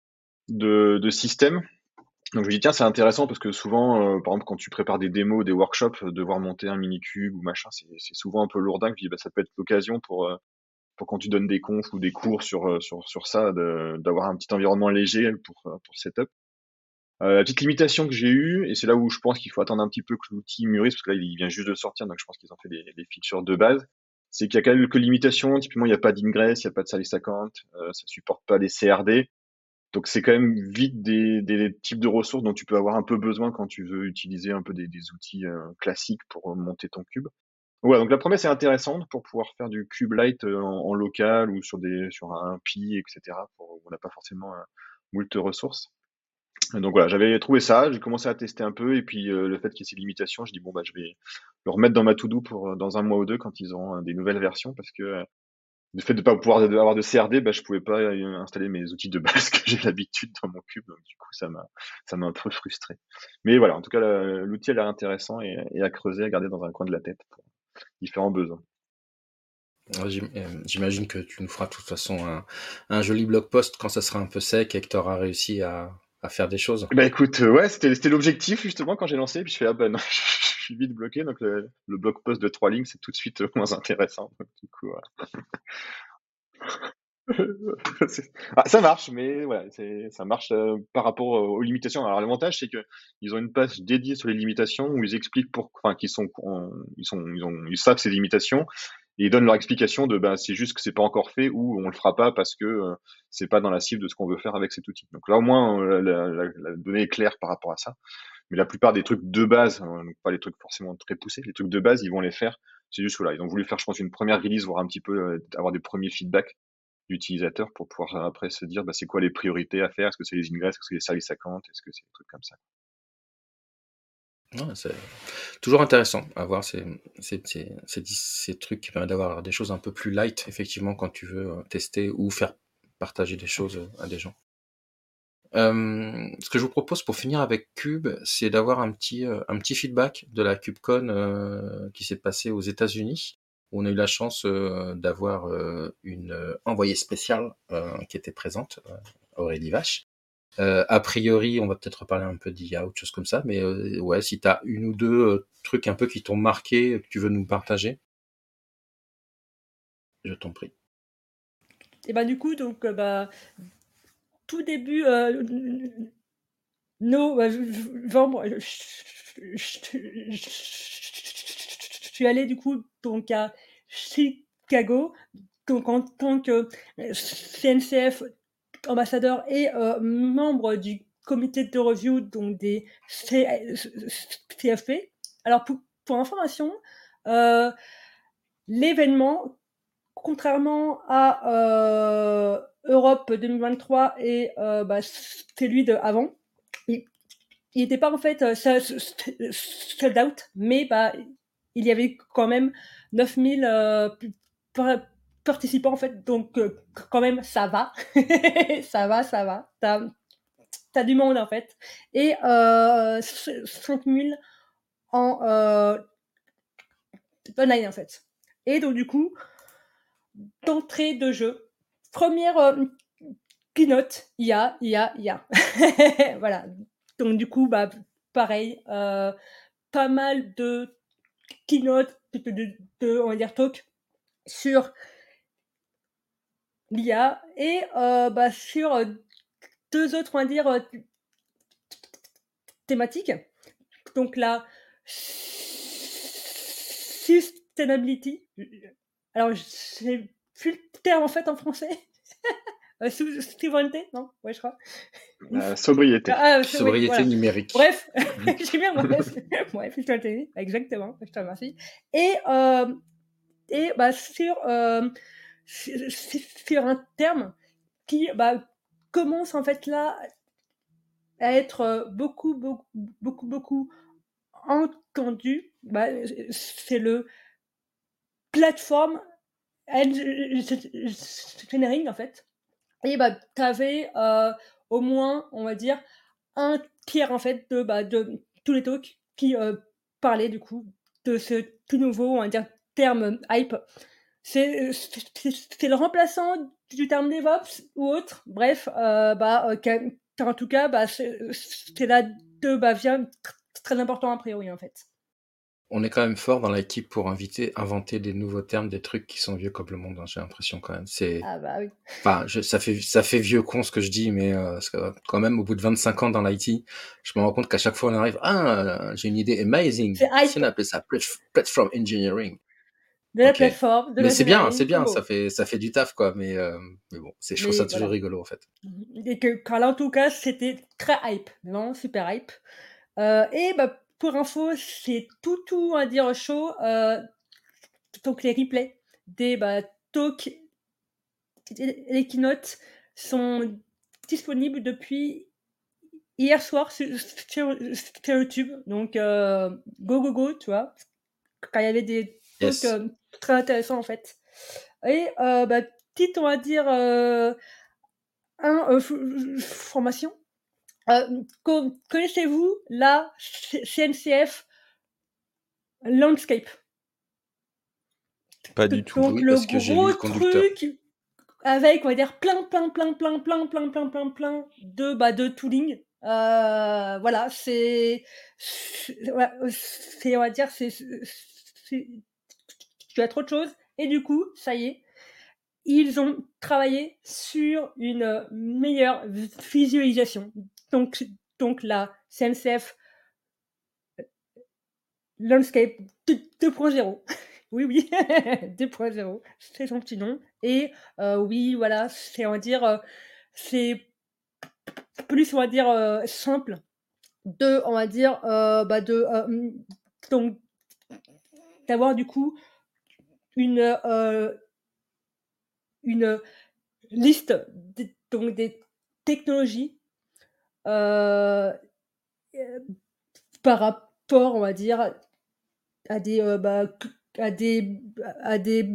de, de système. Donc je me dis tiens c'est intéressant parce que souvent euh, par exemple quand tu prépares des démos, des workshops, euh, devoir monter un mini cube ou machin, c'est c'est souvent un peu lourdin. Je dis bah ça peut être l'occasion pour euh, pour quand tu donnes des confs ou des cours sur euh, sur sur ça de- d'avoir un petit environnement léger pour euh, pour setup. Euh, la petite limitation que j'ai eue et c'est là où je pense qu'il faut attendre un petit peu que l'outil mûrisse parce que là il vient juste de sortir donc je pense qu'ils ont fait des, des features de base. C'est qu'il y a quelques limitations, typiquement il n'y a pas d'ingress, il n'y a pas de service account, euh, ça supporte pas les C R D. Donc c'est quand même vite des, des types de ressources dont tu peux avoir un peu besoin quand tu veux utiliser un peu des, des outils euh, classiques pour euh, monter ton cube. Ouais, donc la promesse est intéressante pour pouvoir faire du cube light euh, en, en local ou sur des sur un Pi, et cetera. Pour, où on n'a pas forcément euh, moult ressources. Donc voilà, j'avais trouvé ça, j'ai commencé à tester un peu et puis euh, le fait qu'il y ait ces limitations, je dis bon bah je vais le remettre dans ma to-do pour euh, dans un mois ou deux quand ils auront euh, des nouvelles versions parce que euh, le fait de ne pas pouvoir avoir de C R D, bah, je pouvais pas euh, installer mes outils de base que j'ai l'habitude dans mon cube, donc du coup ça m'a ça m'a un peu frustré. Mais voilà, en tout cas la- l'outil a l'air intéressant et, et à creuser, à garder dans un coin de la tête pour différents besoins. Ouais, j'im- euh, J'imagine que tu nous feras de toute façon un, un joli blog post quand ça sera un peu sec et que tu auras réussi à, à faire des choses. Bah écoute, euh, ouais, c'était c'était l'objectif justement quand j'ai lancé, puis je fais ah bah non, je suis vite bloqué, donc le, le blog post de trois lignes c'est tout de suite euh, moins intéressant. Donc, du coup, voilà. C'est- Ah, ça marche, mais voilà, c'est, ça marche euh, par rapport euh, aux limitations. Alors l'avantage, c'est que ils ont une page dédiée sur les limitations où ils expliquent pour, enfin, qu'ils sont, en- ils sont, ils ont, ils savent ces limitations et ils donnent leur explication de, ben, c'est juste que c'est pas encore fait ou on le fera pas parce que euh, c'est pas dans la cible de ce qu'on veut faire avec cet outil. Donc là, au moins, euh, la, la- la donnée est claire par rapport à ça. Mais la plupart des trucs de base, euh, donc pas les trucs forcément très poussés, les trucs de base, ils vont les faire. C'est juste voilà, ils ont voulu faire, je pense, une première release, voir un petit peu, euh, avoir des premiers feedbacks d'utilisateurs pour pouvoir après se dire bah, c'est quoi les priorités à faire, est-ce que c'est les ingress, est-ce que c'est les services account, est-ce que c'est des trucs comme ça. Ouais, c'est toujours intéressant à voir ces, ces, ces, ces, ces trucs qui permettent d'avoir des choses un peu plus light, effectivement, quand tu veux euh, tester ou faire partager des choses euh, à des gens. Euh, ce que je vous propose pour finir avec Cube, c'est d'avoir un petit, euh, un petit feedback de la KubeCon euh, qui s'est passée aux États-Unis. On a eu la chance euh, d'avoir euh, une euh, envoyée spéciale euh, qui était présente, euh, Aurélie Vache. Euh, a priori, on va peut-être reparler un peu d'I A ou de choses comme ça, mais euh, ouais, si t'as une ou deux euh, trucs un peu qui t'ont marqué, que tu veux nous partager, je t'en prie. Et bah du coup, donc euh, bah tout début euh, no, bah, novembre, je suis allé du coup donc à Chicago, donc en tant que C N C F ambassadeur et euh, membre du comité de review donc des C F P. Alors pour, pour information, euh, l'événement, contrairement à euh, Europe deux mille vingt-trois et euh, bah, celui d'avant, il n'était pas en fait euh, sold out, mais bah, il y avait quand même neuf mille euh, participants en fait, donc euh, quand même ça va, ça va, ça va. T'as, t'as du monde en fait, et euh, cinq mille en euh, online en fait. Et donc du coup, d'entrée de jeu, première euh, keynote, I A, I A, I A. Voilà. Donc du coup, bah pareil, euh, pas mal de keynote, de, de, de, on va dire talk sur l'I A et euh, bah, sur deux autres, on va dire, euh, thématiques. Donc la sustainability. Alors, j'ai plus le terme en fait en français. euh, sou- souveraineté, non? Ouais, je crois. La sobriété. Ah, c'est- oui, Sobriété voilà. numérique. Bref, j'ai bien, bref. Bref, souveraineté, exactement, je te remercie. Et, euh, et bah, sur, euh, sur, sur un terme qui bah, commence en fait là à être euh, beaucoup, beaucoup, beaucoup, beaucoup entendu, bah, c'est le platform engineering en fait. Et bah, tu avais euh, au moins, on va dire, un tiers en fait de, bah, de tous les talks qui euh, parlaient du coup de ce tout nouveau, on va dire, terme hype. C'est, c'est, c'est le remplaçant du terme DevOps ou autre. Bref, euh, bah, euh, en tout cas, bah, c'est, c'est là de bah, vient très important a priori en fait. On est quand même fort dans l'équipe pour inviter, inventer des nouveaux termes, des trucs qui sont vieux comme le monde, hein, j'ai l'impression quand même. C'est, Ah bah oui. enfin, je, ça fait, ça fait vieux con ce que je dis, mais euh, parce que, quand même, au bout de vingt-cinq ans dans l'I T, je me rends compte qu'à chaque fois on arrive, ah, j'ai une idée amazing. C'est hype. Si on appelle ça plat- platform engineering. De la Ok. plateforme, de Mais c'est bien, l'engineering, c'est bien, comme ça beau. fait, ça fait du taf, quoi. Mais, euh, mais bon, c'est, je trouve Mais ça toujours voilà. rigolo, en fait. Et que, car là, en tout cas, c'était très hype. Vraiment, super hype. Euh, et bah, pour info, c'est tout, tout à dire chaud. Euh, donc, les replays des bah, talks et les keynotes sont disponibles depuis hier soir sur, sur, sur YouTube. Donc, euh, go, go, go, tu vois. Quand il y avait des talks Yes. euh, très intéressants, en fait. Et, euh, bah, petite, on va dire, euh, un, euh, f- formation. Euh, co- connaissez-vous la C- CNCF Landscape? Pas D- du tout. Donc Oui, le parce que j'ai lu gros le conducteur. truc avec, on va dire, plein, plein, plein, plein, plein, plein, plein, plein, plein de, bah, de tooling. Euh, voilà, c'est, c'est, ouais, c'est, on va dire, c'est, c'est- c'est- tu as trop de choses. Et du coup, ça y est, ils ont travaillé sur une meilleure visualisation. Donc, donc la C N C F Landscape deux point zéro. Oui, oui, deux point zéro, c'est son petit nom. Et euh, oui, voilà, c'est, on va dire, euh, c'est plus, on va dire, euh, simple de, on va dire, euh, bah, de, euh, donc, d'avoir du coup une, euh, une liste des, donc, des technologies euh, euh, par rapport, on va dire, à des, euh, bah, à des, à des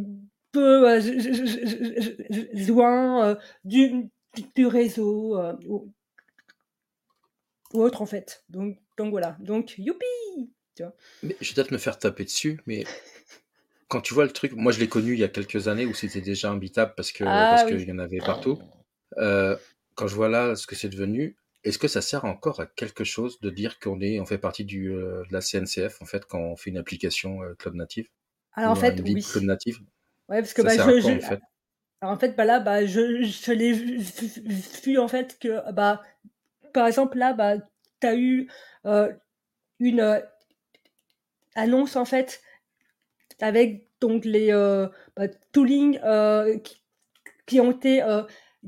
besoins euh, du, du réseau euh, ou, ou autre en fait. Donc, donc voilà. Donc, youpi! Tu vois. Mais je vais peut-être me faire taper dessus, mais quand tu vois le truc, moi je l'ai connu il y a quelques années où c'était déjà imbitable parce que parce Ah qu'il oui. y en avait partout. Euh, quand je vois là ce que c'est devenu, est-ce que ça sert encore à quelque chose de dire qu'on est, on fait partie du, euh, de la C N C F en fait quand on fait une application euh, cloud native Alors en ou un- fait, une ville oui. cloud native? Ouais, parce que Ça bah, sert à je, quoi je, en fait? alors en fait, bah là, bah, je, je l'ai vu, vu, en fait que, bah, par exemple, là, bah, t'as eu euh, une euh, annonce en fait avec donc les euh, bah, tooling euh, qui, qui ont été euh,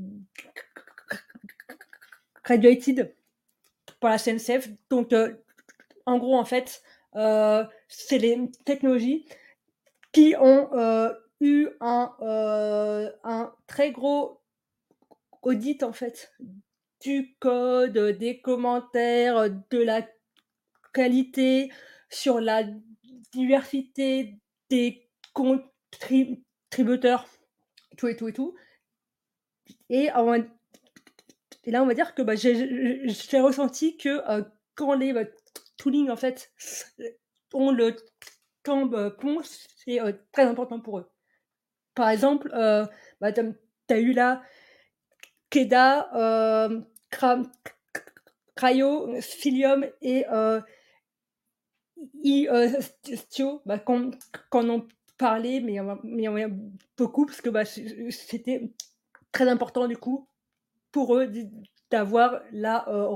graduated par la C N C F. Donc, euh, en gros, en fait, euh, c'est les technologies qui ont euh, eu un, euh, un très gros audit, en fait, du code, des commentaires, de la qualité, sur la diversité des contributeurs, tout et tout et tout. Et, euh, et là, on va dire que bah, j'ai, j'ai ressenti que euh, quand les bah, tooling, en fait, ont le temps euh, pont, c'est euh, très important pour eux. Par exemple, euh, bah, t'as, t'as eu là Keda, euh, Cra- Cryo, Cilium et euh, Istio, bah, qu'on, qu'on en parlait, mais, mais, mais beaucoup, parce que bah, c'était très important du coup pour eux d'avoir la euh,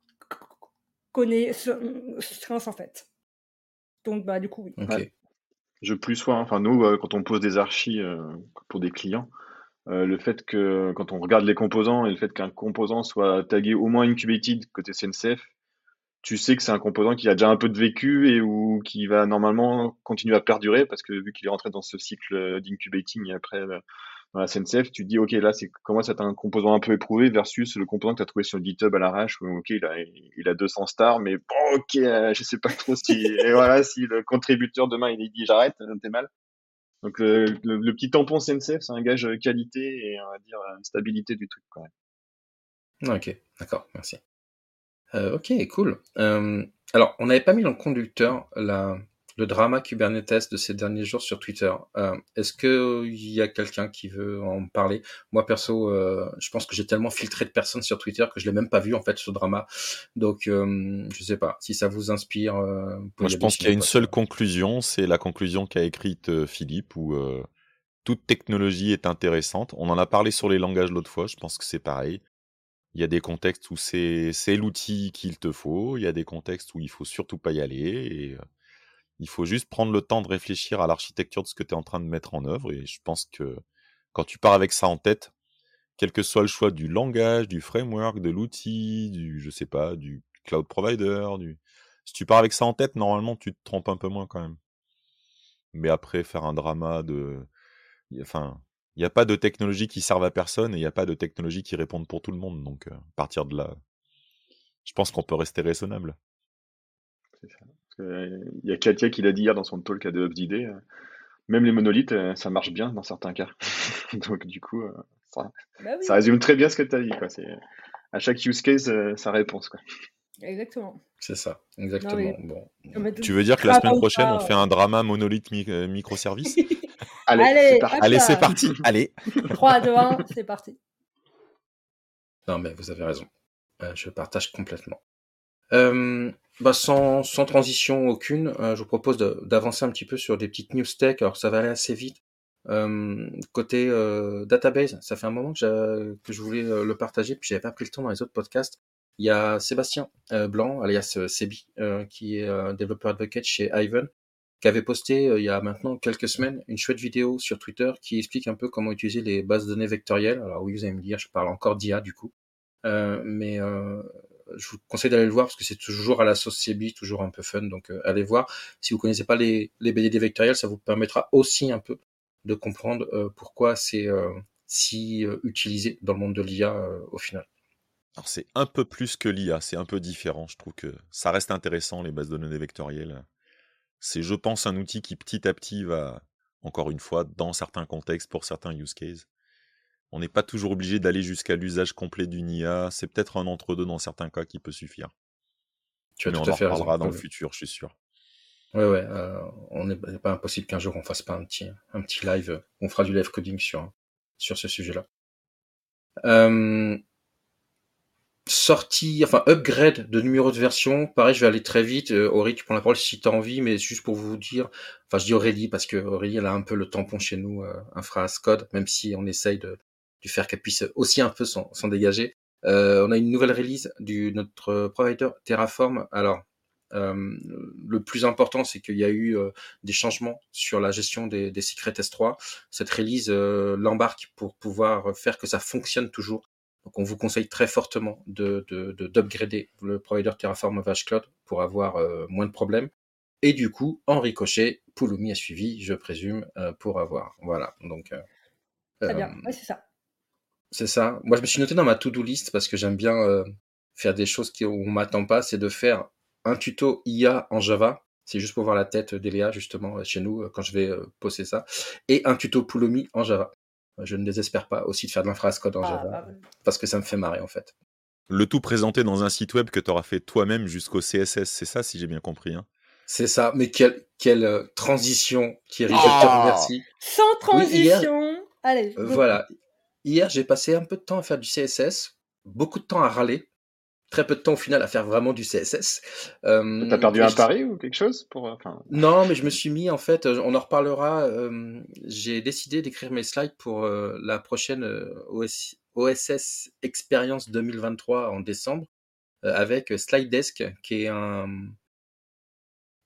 reconnaissance en fait. Donc bah du coup oui. Ok. Ouais. Je plus sois, enfin nous, euh, quand on pose des archis euh, pour des clients, euh, le fait que quand on regarde les composants et le fait qu'un composant soit tagué au moins incubated côté C N C F, tu sais que c'est un composant qui a déjà un peu de vécu et ou qui va normalement continuer à perdurer parce que vu qu'il est rentré dans ce cycle d'incubating après euh, dans la C N C F, tu te dis ok là c'est commence à être un composant un peu éprouvé versus le composant que tu as trouvé sur le GitHub à l'arrache où ok il a il a deux cents stars mais bon ok euh, je sais pas trop si et voilà si le contributeur demain il dit j'arrête euh, t'es mal. Donc euh, le, le petit tampon C N C F c'est un gage euh, qualité et on va dire euh, stabilité du truc quand même. Ok, d'accord, merci. Euh, ok, cool. Euh, alors, on n'avait pas mis dans le conducteur la, le drama Kubernetes de ces derniers jours sur Twitter. Euh, est-ce qu'il y a quelqu'un qui veut en parler? Moi, perso, euh, je pense que j'ai tellement filtré de personnes sur Twitter que je l'ai même pas vu, en fait, ce drama. Donc, euh, je sais pas. Si ça vous inspire, euh, vous Moi, pouvez y je aller pense qu'il y sinon a une pas. ça seule va. conclusion, c'est la conclusion qu'a écrite euh, Philippe, où euh, toute technologie est intéressante. On en a parlé sur les langages l'autre fois, je pense que c'est pareil. Il y a des contextes où c'est c'est l'outil qu'il te faut, il y a des contextes où il faut surtout pas y aller, et euh, il faut juste prendre le temps de réfléchir à l'architecture de ce que tu es en train de mettre en œuvre, et je pense que quand tu pars avec ça en tête, quel que soit le choix du langage, du framework, de l'outil, du, je sais pas, du cloud provider, du... si tu pars avec ça en tête, normalement, tu te trompes un peu moins quand même. Mais après, faire un drama de... y a- Enfin, il n'y a pas de technologie qui serve à personne et il n'y a pas de technologie qui réponde pour tout le monde. Donc, euh, à partir de là, je pense qu'on peut rester raisonnable. C'est ça. Parce que, euh, il y a Katia qui l'a dit hier dans son talk à DevOps d'idées. euh, Même les monolithes, euh, ça marche bien dans certains cas. Donc du coup, euh, ça, Bah ça oui, résume très bien ce que tu as dit, quoi. C'est à chaque use case euh, sa réponse, quoi. exactement. C'est ça, Non exactement. mais, Bon. non, mais Tu veux dire que la drama semaine ou prochaine, on pas. fait un drama monolithe mi- euh, microservice? Allez, c'est Allez, hop parti. Allez, c'est là. parti. Allez. trois, deux, un, c'est parti. Non, mais vous avez raison. Euh, je partage complètement. Euh, bah sans, sans transition aucune, euh, je vous propose de- d'avancer un petit peu sur des petites news tech. Alors ça va aller assez vite. Euh, côté euh, database, ça fait un moment que, j'a- que je voulais euh, le partager, puis j'avais pas pris le temps dans les autres podcasts. Il y a Sébastien euh, Blanc, alias euh, Sebi, euh, qui est euh, développeur advocate chez Ivan, qui avait posté euh, il y a maintenant quelques semaines une chouette vidéo sur Twitter qui explique un peu comment utiliser les bases de données vectorielles. Alors oui, vous allez me dire, je parle encore d'I A du coup. Euh, mais euh, je vous conseille d'aller le voir parce que c'est toujours à la sauce Sebi, toujours un peu fun. Donc euh, allez voir. Si vous connaissez pas les, les B D D vectoriels, ça vous permettra aussi un peu de comprendre euh, pourquoi c'est euh, si euh, utilisé dans le monde de l'I A euh, au final. Alors, c'est un peu plus que l'I A, c'est un peu différent. Je trouve que ça reste intéressant, les bases de données vectorielles. C'est, je pense, un outil qui petit à petit va, encore une fois, dans certains contextes, pour certains use cases. On n'est pas toujours obligé d'aller jusqu'à l'usage complet d'une I A. C'est peut-être un entre-deux dans certains cas qui peut suffire. Tu as Mais tout on à en fait raison. reparlera dans Ouais, le ouais, futur, je suis sûr. ouais, ouais, euh, on n'est c'est pas impossible qu'un jour on fasse pas un petit un petit live. euh, On fera du live coding sur sur ce sujet-là. Euh, sortie, enfin upgrade de numéro de version. Pareil, je vais aller très vite. Euh, Aurélie, tu prends la parole si tu as envie, mais juste pour vous dire, enfin je dis Aurélie parce que Aurélie elle a un peu le tampon chez nous, euh, infra as code, même si on essaye de, de faire qu'elle puisse aussi un peu s'en, s'en dégager. Euh, on a une nouvelle release du notre provider Terraform. Alors euh, le plus important, c'est qu'il y a eu euh, des changements sur la gestion des, des secrets S trois. Cette release euh, l'embarque pour pouvoir faire que ça fonctionne toujours. Donc on vous conseille très fortement de, de, de d'upgrader le provider Terraform Vache Cloud pour avoir euh, moins de problèmes. Et du coup, en ricochet, Pulumi a suivi, je présume, euh, pour avoir. Voilà. Donc euh, Très euh, bien. Ouais, c'est ça. c'est ça. Moi, je me suis noté dans ma to-do list parce que j'aime bien euh, faire des choses qui on m'attend pas, c'est de faire un tuto I A en Java. C'est juste pour voir la tête d'Eléa, justement, chez nous, euh, quand je vais euh, poster ça. Et un tuto Pulumi en Java. Je ne désespère pas aussi de faire de l'infrascode en Ah, Java bah, parce que ça me fait marrer, en fait. Le tout présenté dans un site web que tu auras fait toi-même jusqu'au C S S, c'est ça, si j'ai bien compris. Hein. C'est ça. Mais quelle, quelle euh, transition, Thierry. Je te Ah remercie. sans Oui, hier, transition. Allez, euh, go. voilà. Hier, j'ai passé un peu de temps à faire du C S S, beaucoup de temps à râler, très peu de temps au final à faire vraiment du C S S. T'as Euh, perdu et un je- pari ou quelque chose pour, euh, enfin, non, mais je me suis mis, en fait, euh, on en reparlera. euh, j'ai décidé d'écrire mes slides pour euh, la prochaine euh, O S, O S S Experience deux mille vingt-trois en décembre, euh, avec Slide Desk, qui est un,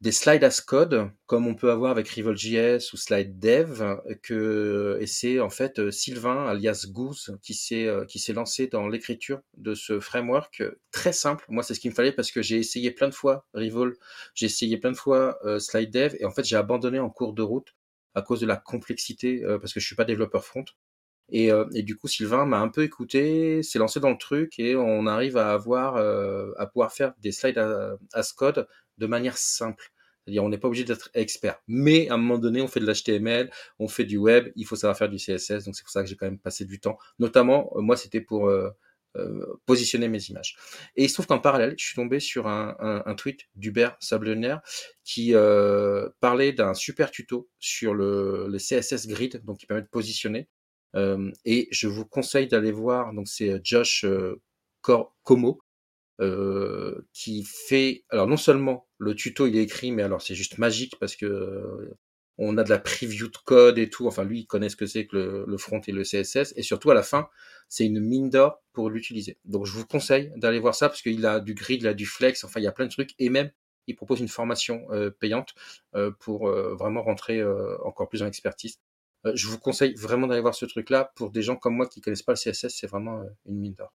des slides as code, comme on peut avoir avec Revolt.js ou SlideDev, que et c'est en fait euh, Sylvain, alias Goose, qui s'est euh, qui s'est lancé dans l'écriture de ce framework euh, très simple. Moi, c'est ce qu'il me fallait parce que j'ai essayé plein de fois Revolt, j'ai essayé plein de fois euh, SlideDev, et en fait, j'ai abandonné en cours de route à cause de la complexité, euh, parce que je suis pas développeur front. Et, euh, et du coup, Sylvain m'a un peu écouté, s'est lancé dans le truc, et on arrive à avoir, euh, à pouvoir faire des slides à- as code de manière simple. C'est-à-dire, on n'est pas obligé d'être expert. Mais à un moment donné, on fait de l'H T M L, on fait du web, il faut savoir faire du C S S. Donc c'est pour ça que j'ai quand même passé du temps. Notamment, euh, moi, c'était pour euh, euh, positionner mes images. Et il se trouve qu'en parallèle, je suis tombé sur un, un, un tweet d'Hubert Sablonnière qui euh, parlait d'un super tuto sur le, le C S S Grid, donc qui permet de positionner. Euh, et je vous conseille d'aller voir, donc c'est Josh euh, Cor- Como, euh, qui fait, alors non seulement le tuto il est écrit, mais alors c'est juste magique parce que euh, on a de la preview de code et tout, enfin lui il connaît ce que c'est que le, le front et le C S S, et surtout à la fin c'est une mine d'or pour l'utiliser. Donc je vous conseille d'aller voir ça parce qu'il a du grid, il a du flex, enfin il y a plein de trucs, et même il propose une formation euh, payante euh, pour euh, vraiment rentrer euh, encore plus en expertise. Euh, je vous conseille vraiment d'aller voir ce truc-là. Pour des gens comme moi qui connaissent pas le C S S, c'est vraiment euh, une mine d'or.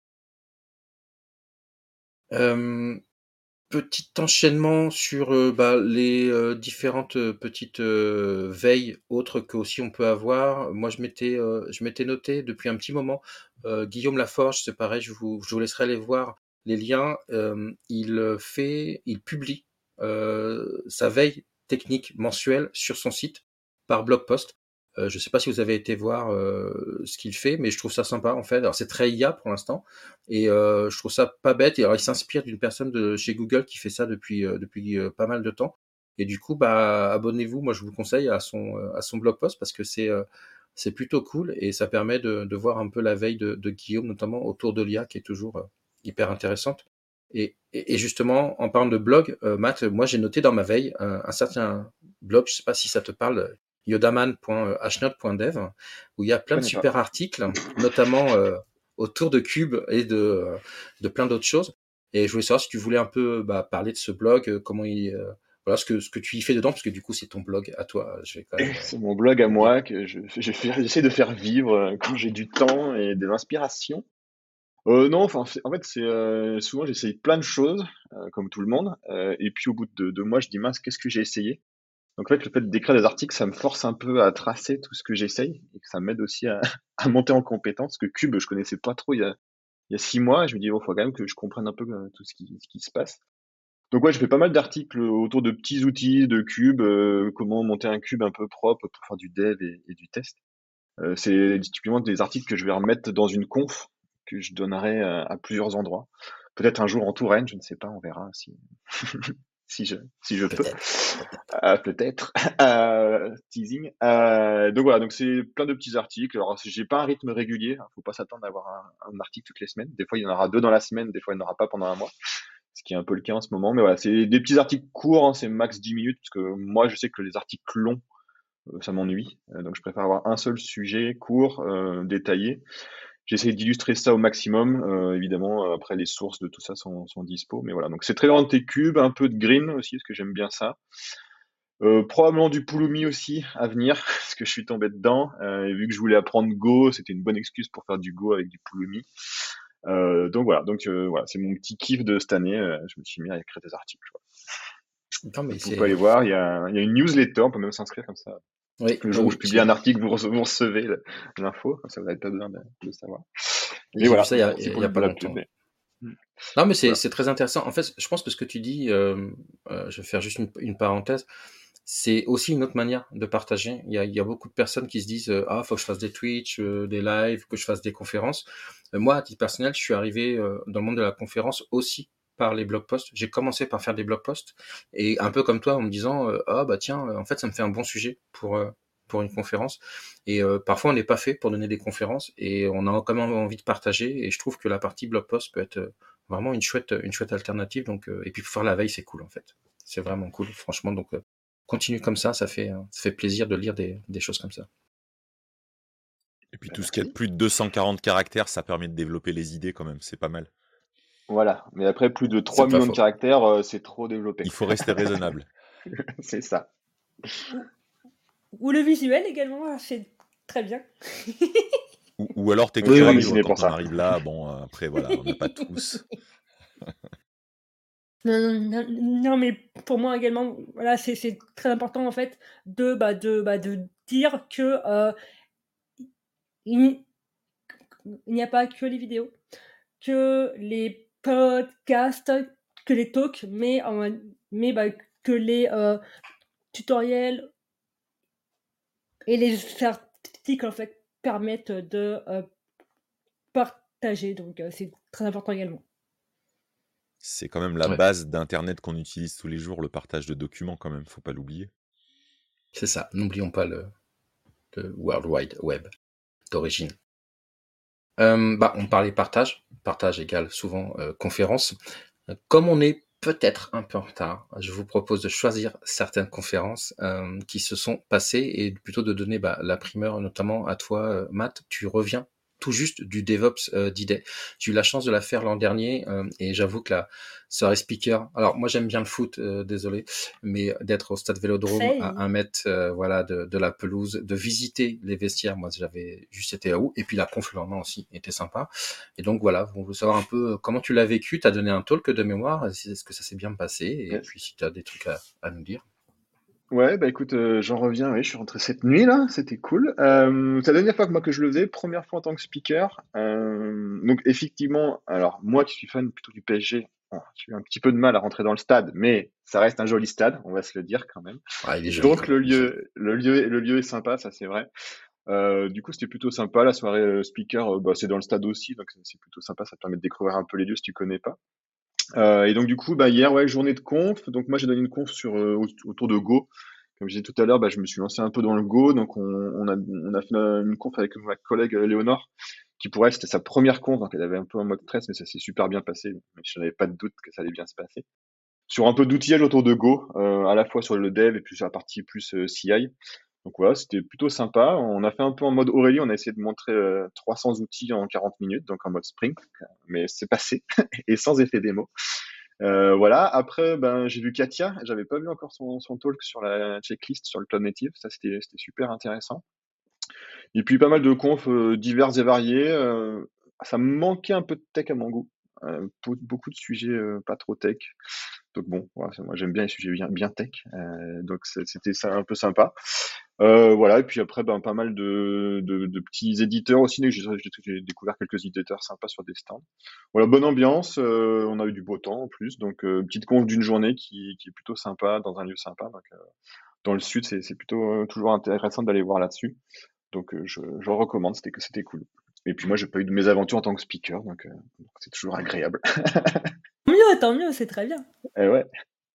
Euh, Petit enchaînement sur euh, bah, les euh, différentes euh, petites euh, veilles autres que aussi on peut avoir. Moi, je m'étais, euh, je m'étais noté depuis un petit moment. Euh, Guillaume Laforge, c'est pareil, je vous, je vous laisserai aller voir les liens. Euh, il fait, il publie euh, sa veille technique mensuelle sur son site par blog post. Euh, je ne sais pas si vous avez été voir euh, ce qu'il fait, mais je trouve ça sympa en fait. Alors c'est très I A pour l'instant, et euh, je trouve ça pas bête. Et alors il s'inspire d'une personne de chez Google qui fait ça depuis euh, depuis euh, pas mal de temps. Et du coup, bah abonnez-vous. Moi, je vous conseille à son euh, à son blog post parce que c'est euh, c'est plutôt cool et ça permet de, de voir un peu la veille de, de Guillaume, notamment autour de l'I A, qui est toujours euh, hyper intéressante. Et, et, et justement, en parlant de blog, euh, Matt, moi j'ai noté dans ma veille un, un certain blog, je sais pas si ça te parle, yodaman point hnote point dev, où il y a plein Je de connais pas. super articles, notamment euh, autour de Cube et de, de plein d'autres choses. Et je voulais savoir si tu voulais un peu bah, parler de ce blog, euh, comment il, euh, voilà, ce que, ce que tu y fais dedans, parce que du coup, c'est ton blog à toi. Je vais quand même C'est mon blog à euh, le dire. moi que je, je fais- j'essaie de faire vivre euh, quand j'ai du temps et de l'inspiration. Euh, non, enfin, c'est- en fait, c'est euh, souvent j'essaye plein de choses, euh, comme tout le monde, euh, et puis au bout de deux mois, je dis mince, qu'est-ce que j'ai essayé? Donc en fait, le fait d'écrire des articles, ça me force un peu à tracer tout ce que j'essaye, et que ça m'aide aussi à, à monter en compétence. Parce que Cube, je connaissais pas trop il y a, il y a six mois, et je me dis, il faut quand même que je comprenne un peu euh, tout ce qui, ce qui se passe. Donc ouais, je fais pas mal d'articles autour de petits outils de Cube, euh, comment monter un Cube un peu propre pour faire du dev et, et du test. Euh, c'est typiquement des articles que je vais remettre dans une conf que je donnerai à, à plusieurs endroits. Peut-être un jour en Touraine, je ne sais pas, on verra si si je si je peux. Peut-être, peut-être. Euh, peut-être. Euh, teasing. Euh, donc voilà, donc c'est plein de petits articles. Alors j'ai pas un rythme régulier, hein, faut pas s'attendre à avoir un, un article toutes les semaines. Des fois il y en aura deux dans la semaine, des fois il n'y en aura pas pendant un mois, ce qui est un peu le cas en ce moment. Mais voilà, c'est des petits articles courts, hein, c'est max dix minutes, parce que moi je sais que les articles longs euh, ça m'ennuie. Euh, donc je préfère avoir un seul sujet court, euh, détaillé. J'essaie d'illustrer ça au maximum. Euh, évidemment, euh, après les sources de tout ça sont, sont dispo. Mais voilà, donc c'est très orienté cube, un peu de green aussi, parce que j'aime bien ça. Euh, probablement du Pulumi aussi à venir, parce que je suis tombé dedans. Euh, et vu que je voulais apprendre Go, c'était une bonne excuse pour faire du Go avec du Pulumi. Euh, donc voilà, donc euh, voilà, c'est mon petit kiff de cette année. Euh, je me suis mis à écrire des articles. Non, mais Donc vous c'est. pouvez aller voir, il y a, il y a une newsletter, on peut même s'inscrire comme ça. Oui, Le oh jour où je oui, publie un j'ai article, vous, rece- vous recevez le- l'info, comme ça vous n'avez pas besoin de, de le savoir. Mais j'ai vu voilà, ça il y a, merci il pour y a le, pas la longtemps. pub. mais- Non, mais c'est Voilà. c'est très intéressant. En fait, je pense que ce que tu dis, euh, euh, je vais faire juste une, une parenthèse, c'est aussi une autre manière de partager. Il y a, il y a beaucoup de personnes qui se disent euh, ah, faut que je fasse des Twitch, euh, des lives, que je fasse des conférences. Euh, moi, à titre personnel, je suis arrivé euh, dans le monde de la conférence aussi par les blog posts. J'ai commencé par faire des blog posts et un peu comme toi en me disant euh, ah bah tiens, euh, en fait, ça me fait un bon sujet pour euh, pour une conférence. Et euh, parfois, on n'est pas fait pour donner des conférences et on a quand même envie de partager. Et je trouve que la partie blog post peut être euh, vraiment une chouette une chouette alternative. Donc euh, et puis pour faire la veille, c'est cool en fait. C'est vraiment cool, franchement. Donc euh, continue comme ça, ça fait, ça fait plaisir de lire des, des choses comme ça. Et puis Ben, tout ce qui est de merci. plus de deux cent quarante caractères, ça permet de développer les idées quand même, c'est pas mal. Voilà. Mais après, plus de trois C'est pas millions de faux. caractères, euh, c'est trop développé. Il faut rester raisonnable. C'est ça. Ou, ou le visuel également, c'est très bien. Ou, ou alors t'es On est curieux, dessiné quand pour on ça. arrive là, bon, euh, après voilà, on n'a pas tous. Non, non, non, non, mais pour moi également, voilà, c'est c'est très important en fait de, bah, de, bah, de dire que euh, il n'y il n'y a pas que les vidéos, que les podcasts, que les talks, mais, euh, mais bah, que les euh, tutoriels et les articles en fait permettent de euh, partager. Donc euh, c'est très important également. C'est quand même la Ouais. base d'Internet qu'on utilise tous les jours, le partage de documents quand même, faut pas l'oublier. C'est ça, n'oublions pas le, le World Wide Web d'origine. Euh, bah, on parlait partage, partage égale souvent euh, conférence. Comme on est peut-être un peu en retard, je vous propose de choisir certaines conférences euh, qui se sont passées et plutôt de donner bah, la primeur, notamment à toi, euh, Matt. Tu reviens tout juste du DevOps euh, d'I-Day. J'ai eu la chance de la faire l'an dernier euh, et j'avoue que la soirée speaker, alors moi j'aime bien le foot, euh, désolé, mais d'être au stade Vélodrome Same. à un mètre euh, voilà, de, de la pelouse, de visiter les vestiaires, moi j'avais juste été à où, et puis la conf le lendemain aussi était sympa. Et donc voilà, on veut savoir un peu comment tu l'as vécu, tu as donné un talk de mémoire, est-ce que ça s'est bien passé, et Yes. puis si tu as des trucs à, à nous dire. Ouais, bah écoute, euh, j'en reviens, oui, je suis rentré cette nuit là, c'était cool. Euh, c'est la dernière fois que moi que je le faisais, première fois en tant que speaker. Euh, donc effectivement, alors moi qui suis fan plutôt du P S G, bon, j'ai eu un petit peu de mal à rentrer dans le stade, mais ça reste un joli stade, on va se le dire quand même. Ah, il est joli Donc quand le même, il est joli. lieu, le lieu, le lieu est sympa, ça c'est vrai. Euh, du coup, c'était plutôt sympa. La soirée euh, speaker, euh, bah, c'est dans le stade aussi, donc c'est c'est plutôt sympa. Ça te permet de découvrir un peu les lieux si tu connais pas. Euh, et donc du coup, bah, hier, ouais, journée de conf. Donc moi, j'ai donné une conf sur euh, au- autour de Go. Comme je disais tout à l'heure, bah, je me suis lancé un peu dans le Go. Donc on, on a, on a fait une conf avec ma collègue euh, Léonore, qui pour elle, c'était sa première conf. Donc elle avait un peu un mode stress, mais ça s'est super bien passé. Mais je n'avais pas de doute que ça allait bien se passer. Sur un peu d'outillage autour de Go, euh, à la fois sur le dev et puis sur la partie plus euh, C I. Donc voilà, c'était plutôt sympa. On a fait un peu en mode Aurélie, on a essayé de montrer euh, trois cents outils en quarante minutes, donc en mode sprint, mais c'est passé et sans effet démo. Euh, voilà. Après, ben j'ai vu Katia, j'avais pas vu encore son, son talk sur la checklist sur le cloud native, ça c'était c'était super intéressant. Et puis pas mal de confs euh, divers et variés. Euh, ça me manquait un peu de tech à mon goût. Euh, pour- beaucoup de sujets euh, pas trop tech. Donc bon, voilà, moi j'aime bien les sujets bien, bien tech, euh, donc c'est- c'était ça un peu sympa. Euh, voilà, et puis après, ben, pas mal de, de, de petits éditeurs aussi. J'ai j'ai- j'ai découvert quelques éditeurs sympas sur des stands. Voilà, bonne ambiance, euh, on a eu du beau temps en plus, donc euh, petite conf d'une journée qui, qui est plutôt sympa, dans un lieu sympa. Donc, euh, dans le sud, c'est c'est plutôt euh, toujours intéressant d'aller voir là-dessus. Donc euh, je, je recommande, c'était que c'était cool. Et puis moi, j'ai pas eu de mésaventures en tant que speaker, donc euh, c'est toujours agréable. Tant mieux, tant mieux, c'est très bien. Et ouais.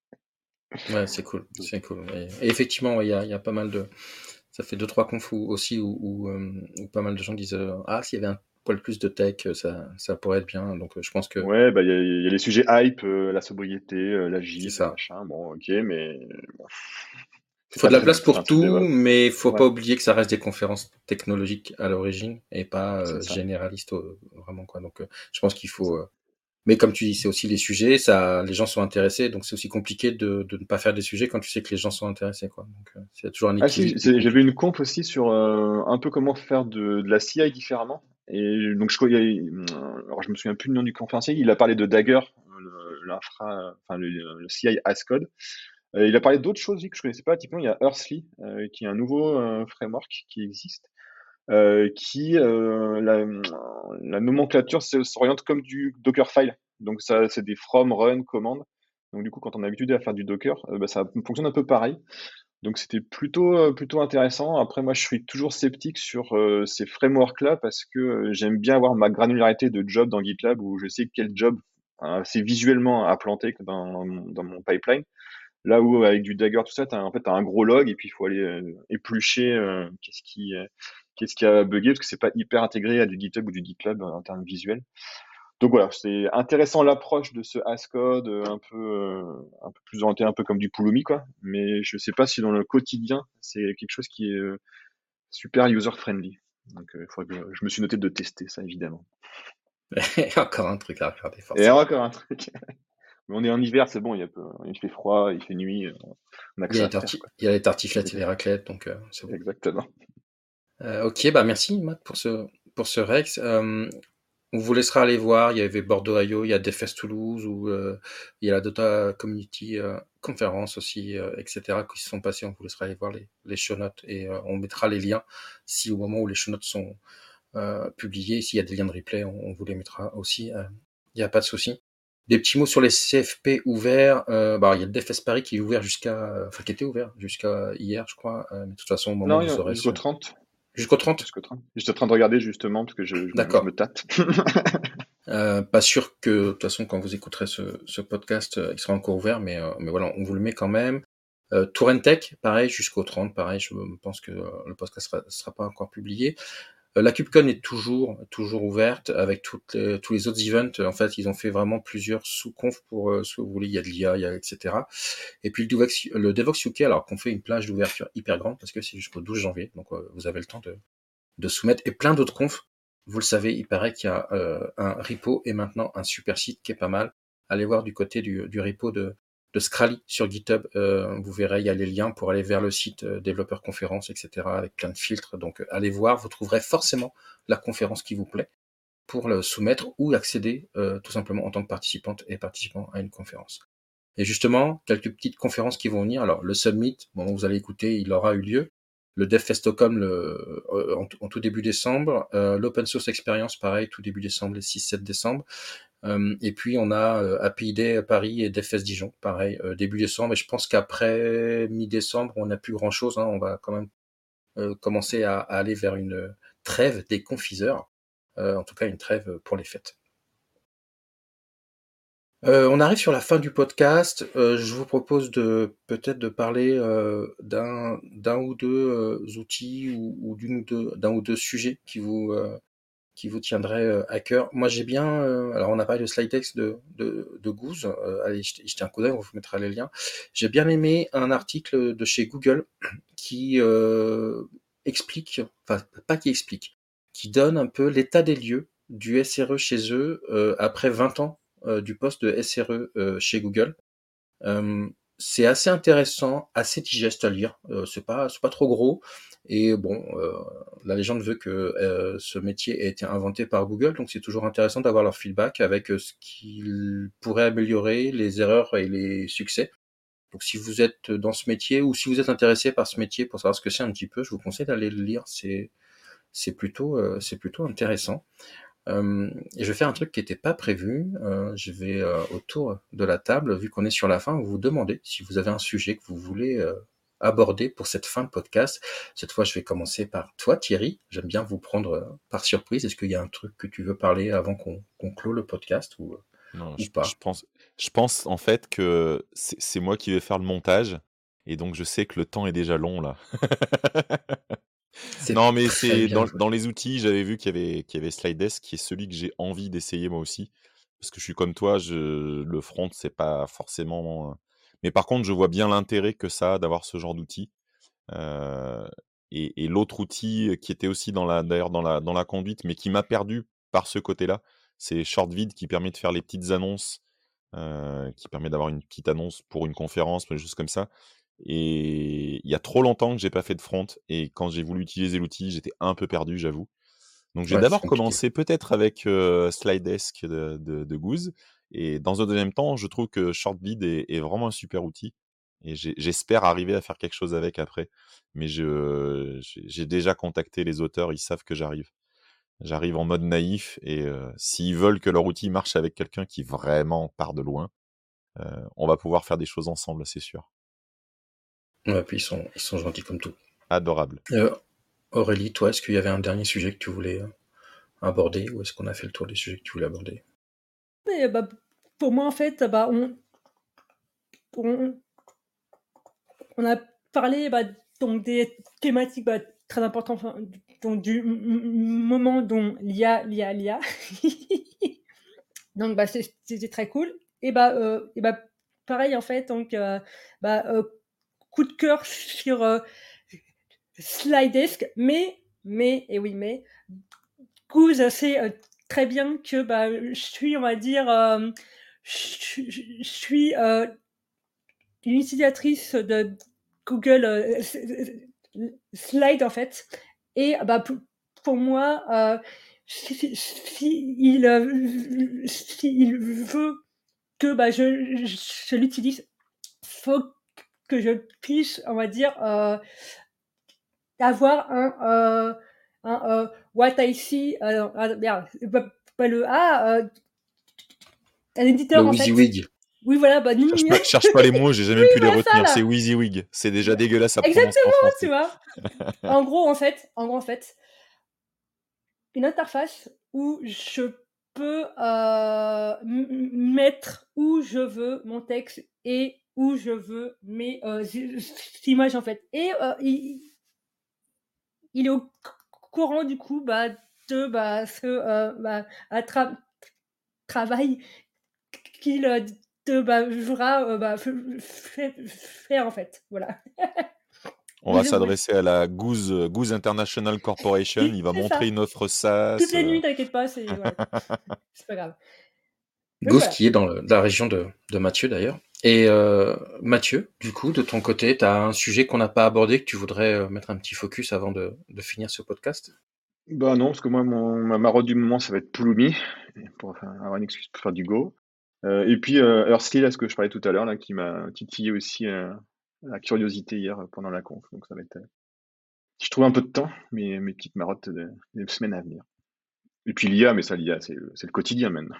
Ouais, c'est cool, c'est cool. Et, et effectivement, il ouais, y, a, y a pas mal de... Ça fait deux, trois confs où, aussi où, où, euh, où pas mal de gens disent euh, ah, s'il y avait un poil plus de tech, ça, ça pourrait être bien. Donc euh, je pense que Ouais, bah il y a, y a les sujets hype, euh, la sobriété, euh, c'est l'agile, ça. machin. Bon, ok, mais bon, Il c'est faut pas de la très place notre pour principe tout, DevOps. mais il faut Ouais, pas oublier que ça reste des conférences technologiques à l'origine et pas c'est euh, ça. généralistes euh, vraiment quoi. Donc euh, je pense qu'il C'est ça. faut. Euh... Mais comme tu dis, c'est aussi les sujets, ça, les gens sont intéressés, donc c'est aussi compliqué de, de ne pas faire des sujets quand tu sais que les gens sont intéressés quoi. Donc euh, c'est toujours un Ah si, équilibre qui est c'est- j'avais compliqué. une conf aussi sur euh, un peu comment faire de, de la C I différemment. Et donc je crois, il y a- alors je me souviens plus du nom du conférencier. Il a parlé de Dagger, le- l'infra, enfin le, le C I as code. Euh, il a parlé d'autres choses aussi que je connaissais pas. Typiquement, il y a Earthly, euh, qui est un nouveau euh, framework qui existe, euh, qui euh, la, la nomenclature se- s'oriente comme du Dockerfile. Donc ça, c'est des from, run, command. Donc du coup, quand on est habitué à faire du Docker, euh, bah, ça fonctionne un peu pareil. Donc c'était plutôt euh, plutôt intéressant. Après, moi, je suis toujours sceptique sur euh, ces frameworks-là parce que euh, j'aime bien avoir ma granularité de job dans GitLab où je sais quel job euh, c'est visuellement implanté dans, dans mon pipeline. Là où avec du Dagger, tout ça, t'as, en fait, t'as un gros log et puis il faut aller euh, éplucher euh, qu'est-ce qui, euh, qu'est-ce qui a bugué parce que c'est pas hyper intégré à du GitHub ou du GitLab en termes visuels. Donc voilà, c'est intéressant l'approche de ce Ascode, euh, un peu, euh, un peu plus orienté, un peu comme du Pulumi, quoi. Mais je sais pas si dans le quotidien, c'est quelque chose qui est euh, super user-friendly. Donc euh, faudrait que je me suis noté de tester ça, évidemment. Encore un truc à regarder Et forcément. encore un truc. Mais on est en hiver, c'est bon, il, y a peu- il fait froid, il fait nuit, euh, on a que Il y a ça les, à faire, tarti- quoi. il y a les tartiflettes et les raclettes, donc euh, c'est bon. Exactement. Euh, ok, bah merci Matt pour ce, pour ce Rex. Euh, on vous laissera aller voir, il y avait Bordeaux I O, il y a DevFest Toulouse, ou euh, il y a la Dota Community euh, Conference aussi, euh, et cetera, qui se sont passés. On vous laissera aller voir les, les show notes et euh, on mettra les liens si au moment où les show notes sont euh, publiés, s'il y a des liens de replay, on, on vous les mettra aussi. Il euh, n'y a pas de souci. Des petits mots sur les C F P ouverts. Euh, bah, il y a le DevFest Paris qui est ouvert jusqu'à, enfin qui était ouvert jusqu'à hier, je crois. Euh, mais de toute façon, au moment Non, où il y vous a- aurez jusqu'au ce... trente. Jusqu'au trente. Jusqu'au trente. J'étais en train de regarder justement parce que je, je, me, je me D'accord. tâte. Euh, pas sûr que, de toute façon, quand vous écouterez ce, ce podcast, euh, il sera encore ouvert, mais, euh, mais voilà, on vous le met quand même. Euh, Tourentech, pareil, jusqu'au trente, pareil, je pense que euh, le podcast sera, sera pas encore publié. Euh, la KubeCon est toujours, toujours ouverte avec toutes les, tous les autres events. En fait, ils ont fait vraiment plusieurs sous-confs pour, euh, si vous voulez, il y a de l'I A, il y a, et cetera. Et puis le Devox, le Devox U K, alors qu'on fait une plage d'ouverture hyper grande parce que c'est jusqu'au douze janvier, donc euh, vous avez le temps de, de soumettre, et plein d'autres confs. Vous le savez, il paraît qu'il y a euh, un repo et maintenant un super site qui est pas mal. Allez voir du côté du, du repo de, de Scrally sur GitHub. Euh, vous verrez, il y a les liens pour aller vers le site euh, développeur conférence, et cetera, avec plein de filtres. Donc, euh, allez voir, vous trouverez forcément la conférence qui vous plaît pour le soumettre ou accéder euh, tout simplement en tant que participante et participant à une conférence. Et justement, quelques petites conférences qui vont venir. Alors, le Summit, bon, vous allez écouter, il aura eu lieu. Le DevFest Stockholm le, euh, en, en, tout début décembre. Euh, L'Open Source Experience, pareil, tout début décembre, les six sept décembre. Euh, et puis, on a euh, A P I Day Paris et DevFest Dijon, pareil, euh, début décembre. Et je pense qu'après mi-décembre, on n'a plus grand-chose. Hein, on va quand même euh, commencer à, à aller vers une trêve des confiseurs. Euh, en tout cas, une trêve pour les fêtes. Euh, on arrive sur la fin du podcast. Euh, je vous propose de peut-être de parler euh, d'un d'un ou deux euh, outils ou, ou d'une ou deux d'un ou deux sujets qui vous euh, qui vous tiendraient euh, à cœur. Moi, j'ai bien. Euh, alors, on a parlé de Slidex de de, de Goose. Euh, allez, jetez jetez un coup d'œil, on vous mettra les liens. J'ai bien aimé un article de chez Google qui euh, explique, enfin pas qui explique, qui donne un peu l'état des lieux du S R E chez eux euh, après vingt ans euh, du poste de S R E euh, chez Google. Euh, c'est assez intéressant, assez digeste à lire. Euh, c'est pas, c'est pas trop gros. Et bon, euh, la légende veut que euh, ce métier ait été inventé par Google, donc c'est toujours intéressant d'avoir leur feedback avec euh, ce qu'ils pourraient améliorer, les erreurs et les succès. Donc si vous êtes dans ce métier ou si vous êtes intéressé par ce métier pour savoir ce que c'est un petit peu, je vous conseille d'aller le lire. C'est c'est plutôt euh, c'est plutôt intéressant. Euh, et je vais faire un truc qui n'était pas prévu. Euh, je vais euh, autour de la table, vu qu'on est sur la fin, vous demander si vous avez un sujet que vous voulez euh, aborder pour cette fin de podcast. Cette fois, je vais commencer par toi, Thierry. J'aime bien vous prendre euh, par surprise. Est-ce qu'il y a un truc que tu veux parler avant qu'on qu'on clôt le podcast ou, Non, ou je, je pas? pense, je pense en fait que c'est c'est moi qui vais faire le montage. Et donc, je sais que le temps est déjà long là. C'est Non, mais très c'est bien dans, joué. dans les outils, j'avais vu qu'il y avait, qu'il y avait Slidesk, qui est celui que j'ai envie d'essayer moi aussi. Parce que je suis comme toi, je, le front, c'est pas forcément. euh, Mais par contre, je vois bien l'intérêt que ça a d'avoir ce genre d'outil. Euh, et et l'autre outil qui était aussi dans la, d'ailleurs dans la, dans la conduite, mais qui m'a perdu par ce côté-là, c'est Shortvid qui permet de faire les petites annonces, euh, qui permet d'avoir une petite annonce pour une conférence, des choses comme ça. Et il y a trop longtemps que j'ai pas fait de front, et quand j'ai voulu utiliser l'outil, j'étais un peu perdu, j'avoue. Donc j'ai Ouais, c'est d'abord compliqué. commencé peut-être avec euh, Slidesk de, de, de Goose, et dans un deuxième temps, je trouve que Shortvid est, est vraiment un super outil, et j'ai- j'espère arriver à faire quelque chose avec après. Mais je, j'ai j'ai déjà contacté les auteurs, ils savent que j'arrive. J'arrive en mode naïf, et euh, s'ils veulent que leur outil marche avec quelqu'un qui vraiment part de loin, euh, on va pouvoir faire des choses ensemble, c'est sûr. Ouais, puis ils sont, ils sont gentils comme tout. Adorable. Euh, Aurélie, toi, est-ce qu'il y avait un dernier sujet que tu voulais euh, aborder ou est-ce qu'on a fait le tour des sujets que tu voulais aborder? Mais, bah, pour moi, en fait, bah, on, on, on a parlé bah, donc des thématiques bah, très importantes enfin, donc, du m- m- moment dont l'I A, l'I A, l'I A. Donc, bah, c'est- c'était très cool. Et bah, euh, et bah, pareil, en fait, donc, euh, bah, euh, coup de cœur sur euh, Slidesk, mais, mais, et oui, mais, Goose sait euh, très bien que bah, je suis, on va dire, euh, je, je- je suis euh, une utilisatrice de Google euh, s- s- Slide en fait. Et bah, pour, pour moi, euh, si, si- si il, euh, si il veut que bah, je, je, je l'utilise, faut que je puisse, on va dire, euh, avoir un, euh, un euh, what I see, euh, ah, merde, pas, pas le A, euh, un Le éditeur en fait. WYSIWYG. Oui, voilà, bah, ni- Cherche ni- pas, cherche pas les mots, j'ai jamais oui, pu les voilà ça retenir. C'est là. WYSIWYG. C'est déjà dégueulasse à prononcer en Exactement, tu français. vois. En gros, en fait, en gros, en fait, une interface où je peux euh, m- m- mettre où je veux mon texte et où je veux mes euh, i- images en fait. Et euh, il, il est au c- courant du coup bah, de bah, ce euh, bah, un tra- travail qu'il euh, de, bah, jouera euh, bah, f- f- faire en fait. Voilà. On va Je- ouais. s'adresser à la Goose, euh, Goose International Corporation. Il va C'est montrer ça. une offre Toutes SaaS. les euh. nuits, t'inquiète pas, c'est ouais, c'est pas grave. Donc Ghost voilà. qui est dans, le- dans la région de, de Mathieu d'ailleurs. Et euh, Mathieu, du coup, de ton côté, tu as un sujet qu'on n'a pas abordé, que tu voudrais euh, mettre un petit focus avant de, de finir ce podcast? Bah non, parce que moi, mon, ma marotte du moment, ça va être Pulumi, pour faire- avoir une excuse pour faire du Go. Euh, et puis euh, Earthly, là, ce que je parlais tout à l'heure, là, qui m'a titillé aussi euh, la curiosité hier euh, pendant la conf. Donc ça va être, euh, si je trouve un peu de temps, mes, mes petites marottes de- des semaines à venir. Et puis l'I A, mais ça, l'I A, c'est le, c'est le quotidien maintenant.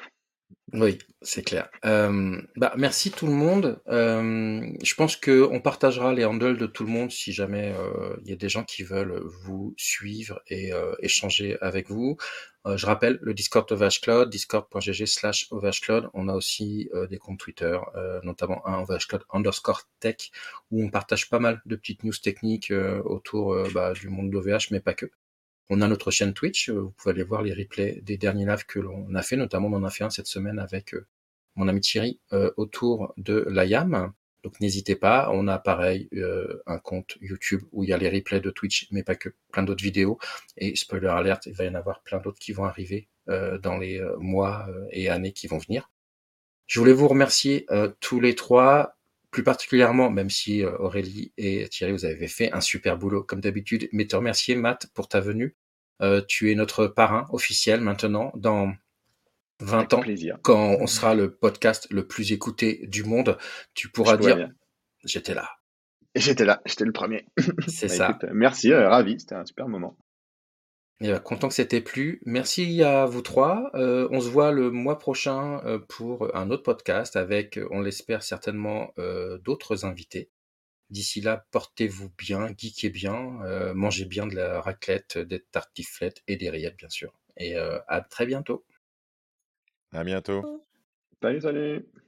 Oui, c'est clair. Euh, bah, merci tout le monde. Euh, je pense que on partagera les handles de tout le monde si jamais euh, il y a des gens qui veulent vous suivre et euh, échanger avec vous. Euh, je rappelle le Discord OVHcloud, discord.gg slash OVHcloud. On a aussi euh, des comptes Twitter, euh, notamment un OVHcloud underscore tech, où on partage pas mal de petites news techniques euh, autour euh, bah, du monde d'O V H, mais pas que. On a notre chaîne Twitch, vous pouvez aller voir les replays des derniers lives que l'on a fait, notamment on en a fait un cette semaine avec euh, mon ami Thierry euh, autour de l'I A M. Donc n'hésitez pas, on a pareil euh, un compte YouTube où il y a les replays de Twitch, mais pas que, plein d'autres vidéos. Et spoiler alert, il va y en avoir plein d'autres qui vont arriver euh, dans les euh, mois euh, et années qui vont venir. Je voulais vous remercier euh, tous les trois, plus particulièrement, même si euh, Aurélie et Thierry, vous avez fait un super boulot comme d'habitude, mais te remercier Matt pour ta venue. Euh, tu es notre parrain officiel maintenant. Dans vingt Avec ans, plaisir. quand on sera le podcast le plus écouté du monde, tu Je pourras pourrais dire bien. « j'étais là Et j'étais là, j'étais le premier. ». C'est Bah ça. écoute, euh, merci, euh, ravi, c'était un super moment. Et ben, content que c'était plu. Merci à vous trois. Euh, on se voit le mois prochain euh, pour un autre podcast avec, on l'espère certainement, euh, d'autres invités. D'ici là, portez-vous bien, geekez bien, euh, mangez bien de la raclette, des tartiflettes et des rillettes, bien sûr. Et euh, à très bientôt. À bientôt. Salut, salut.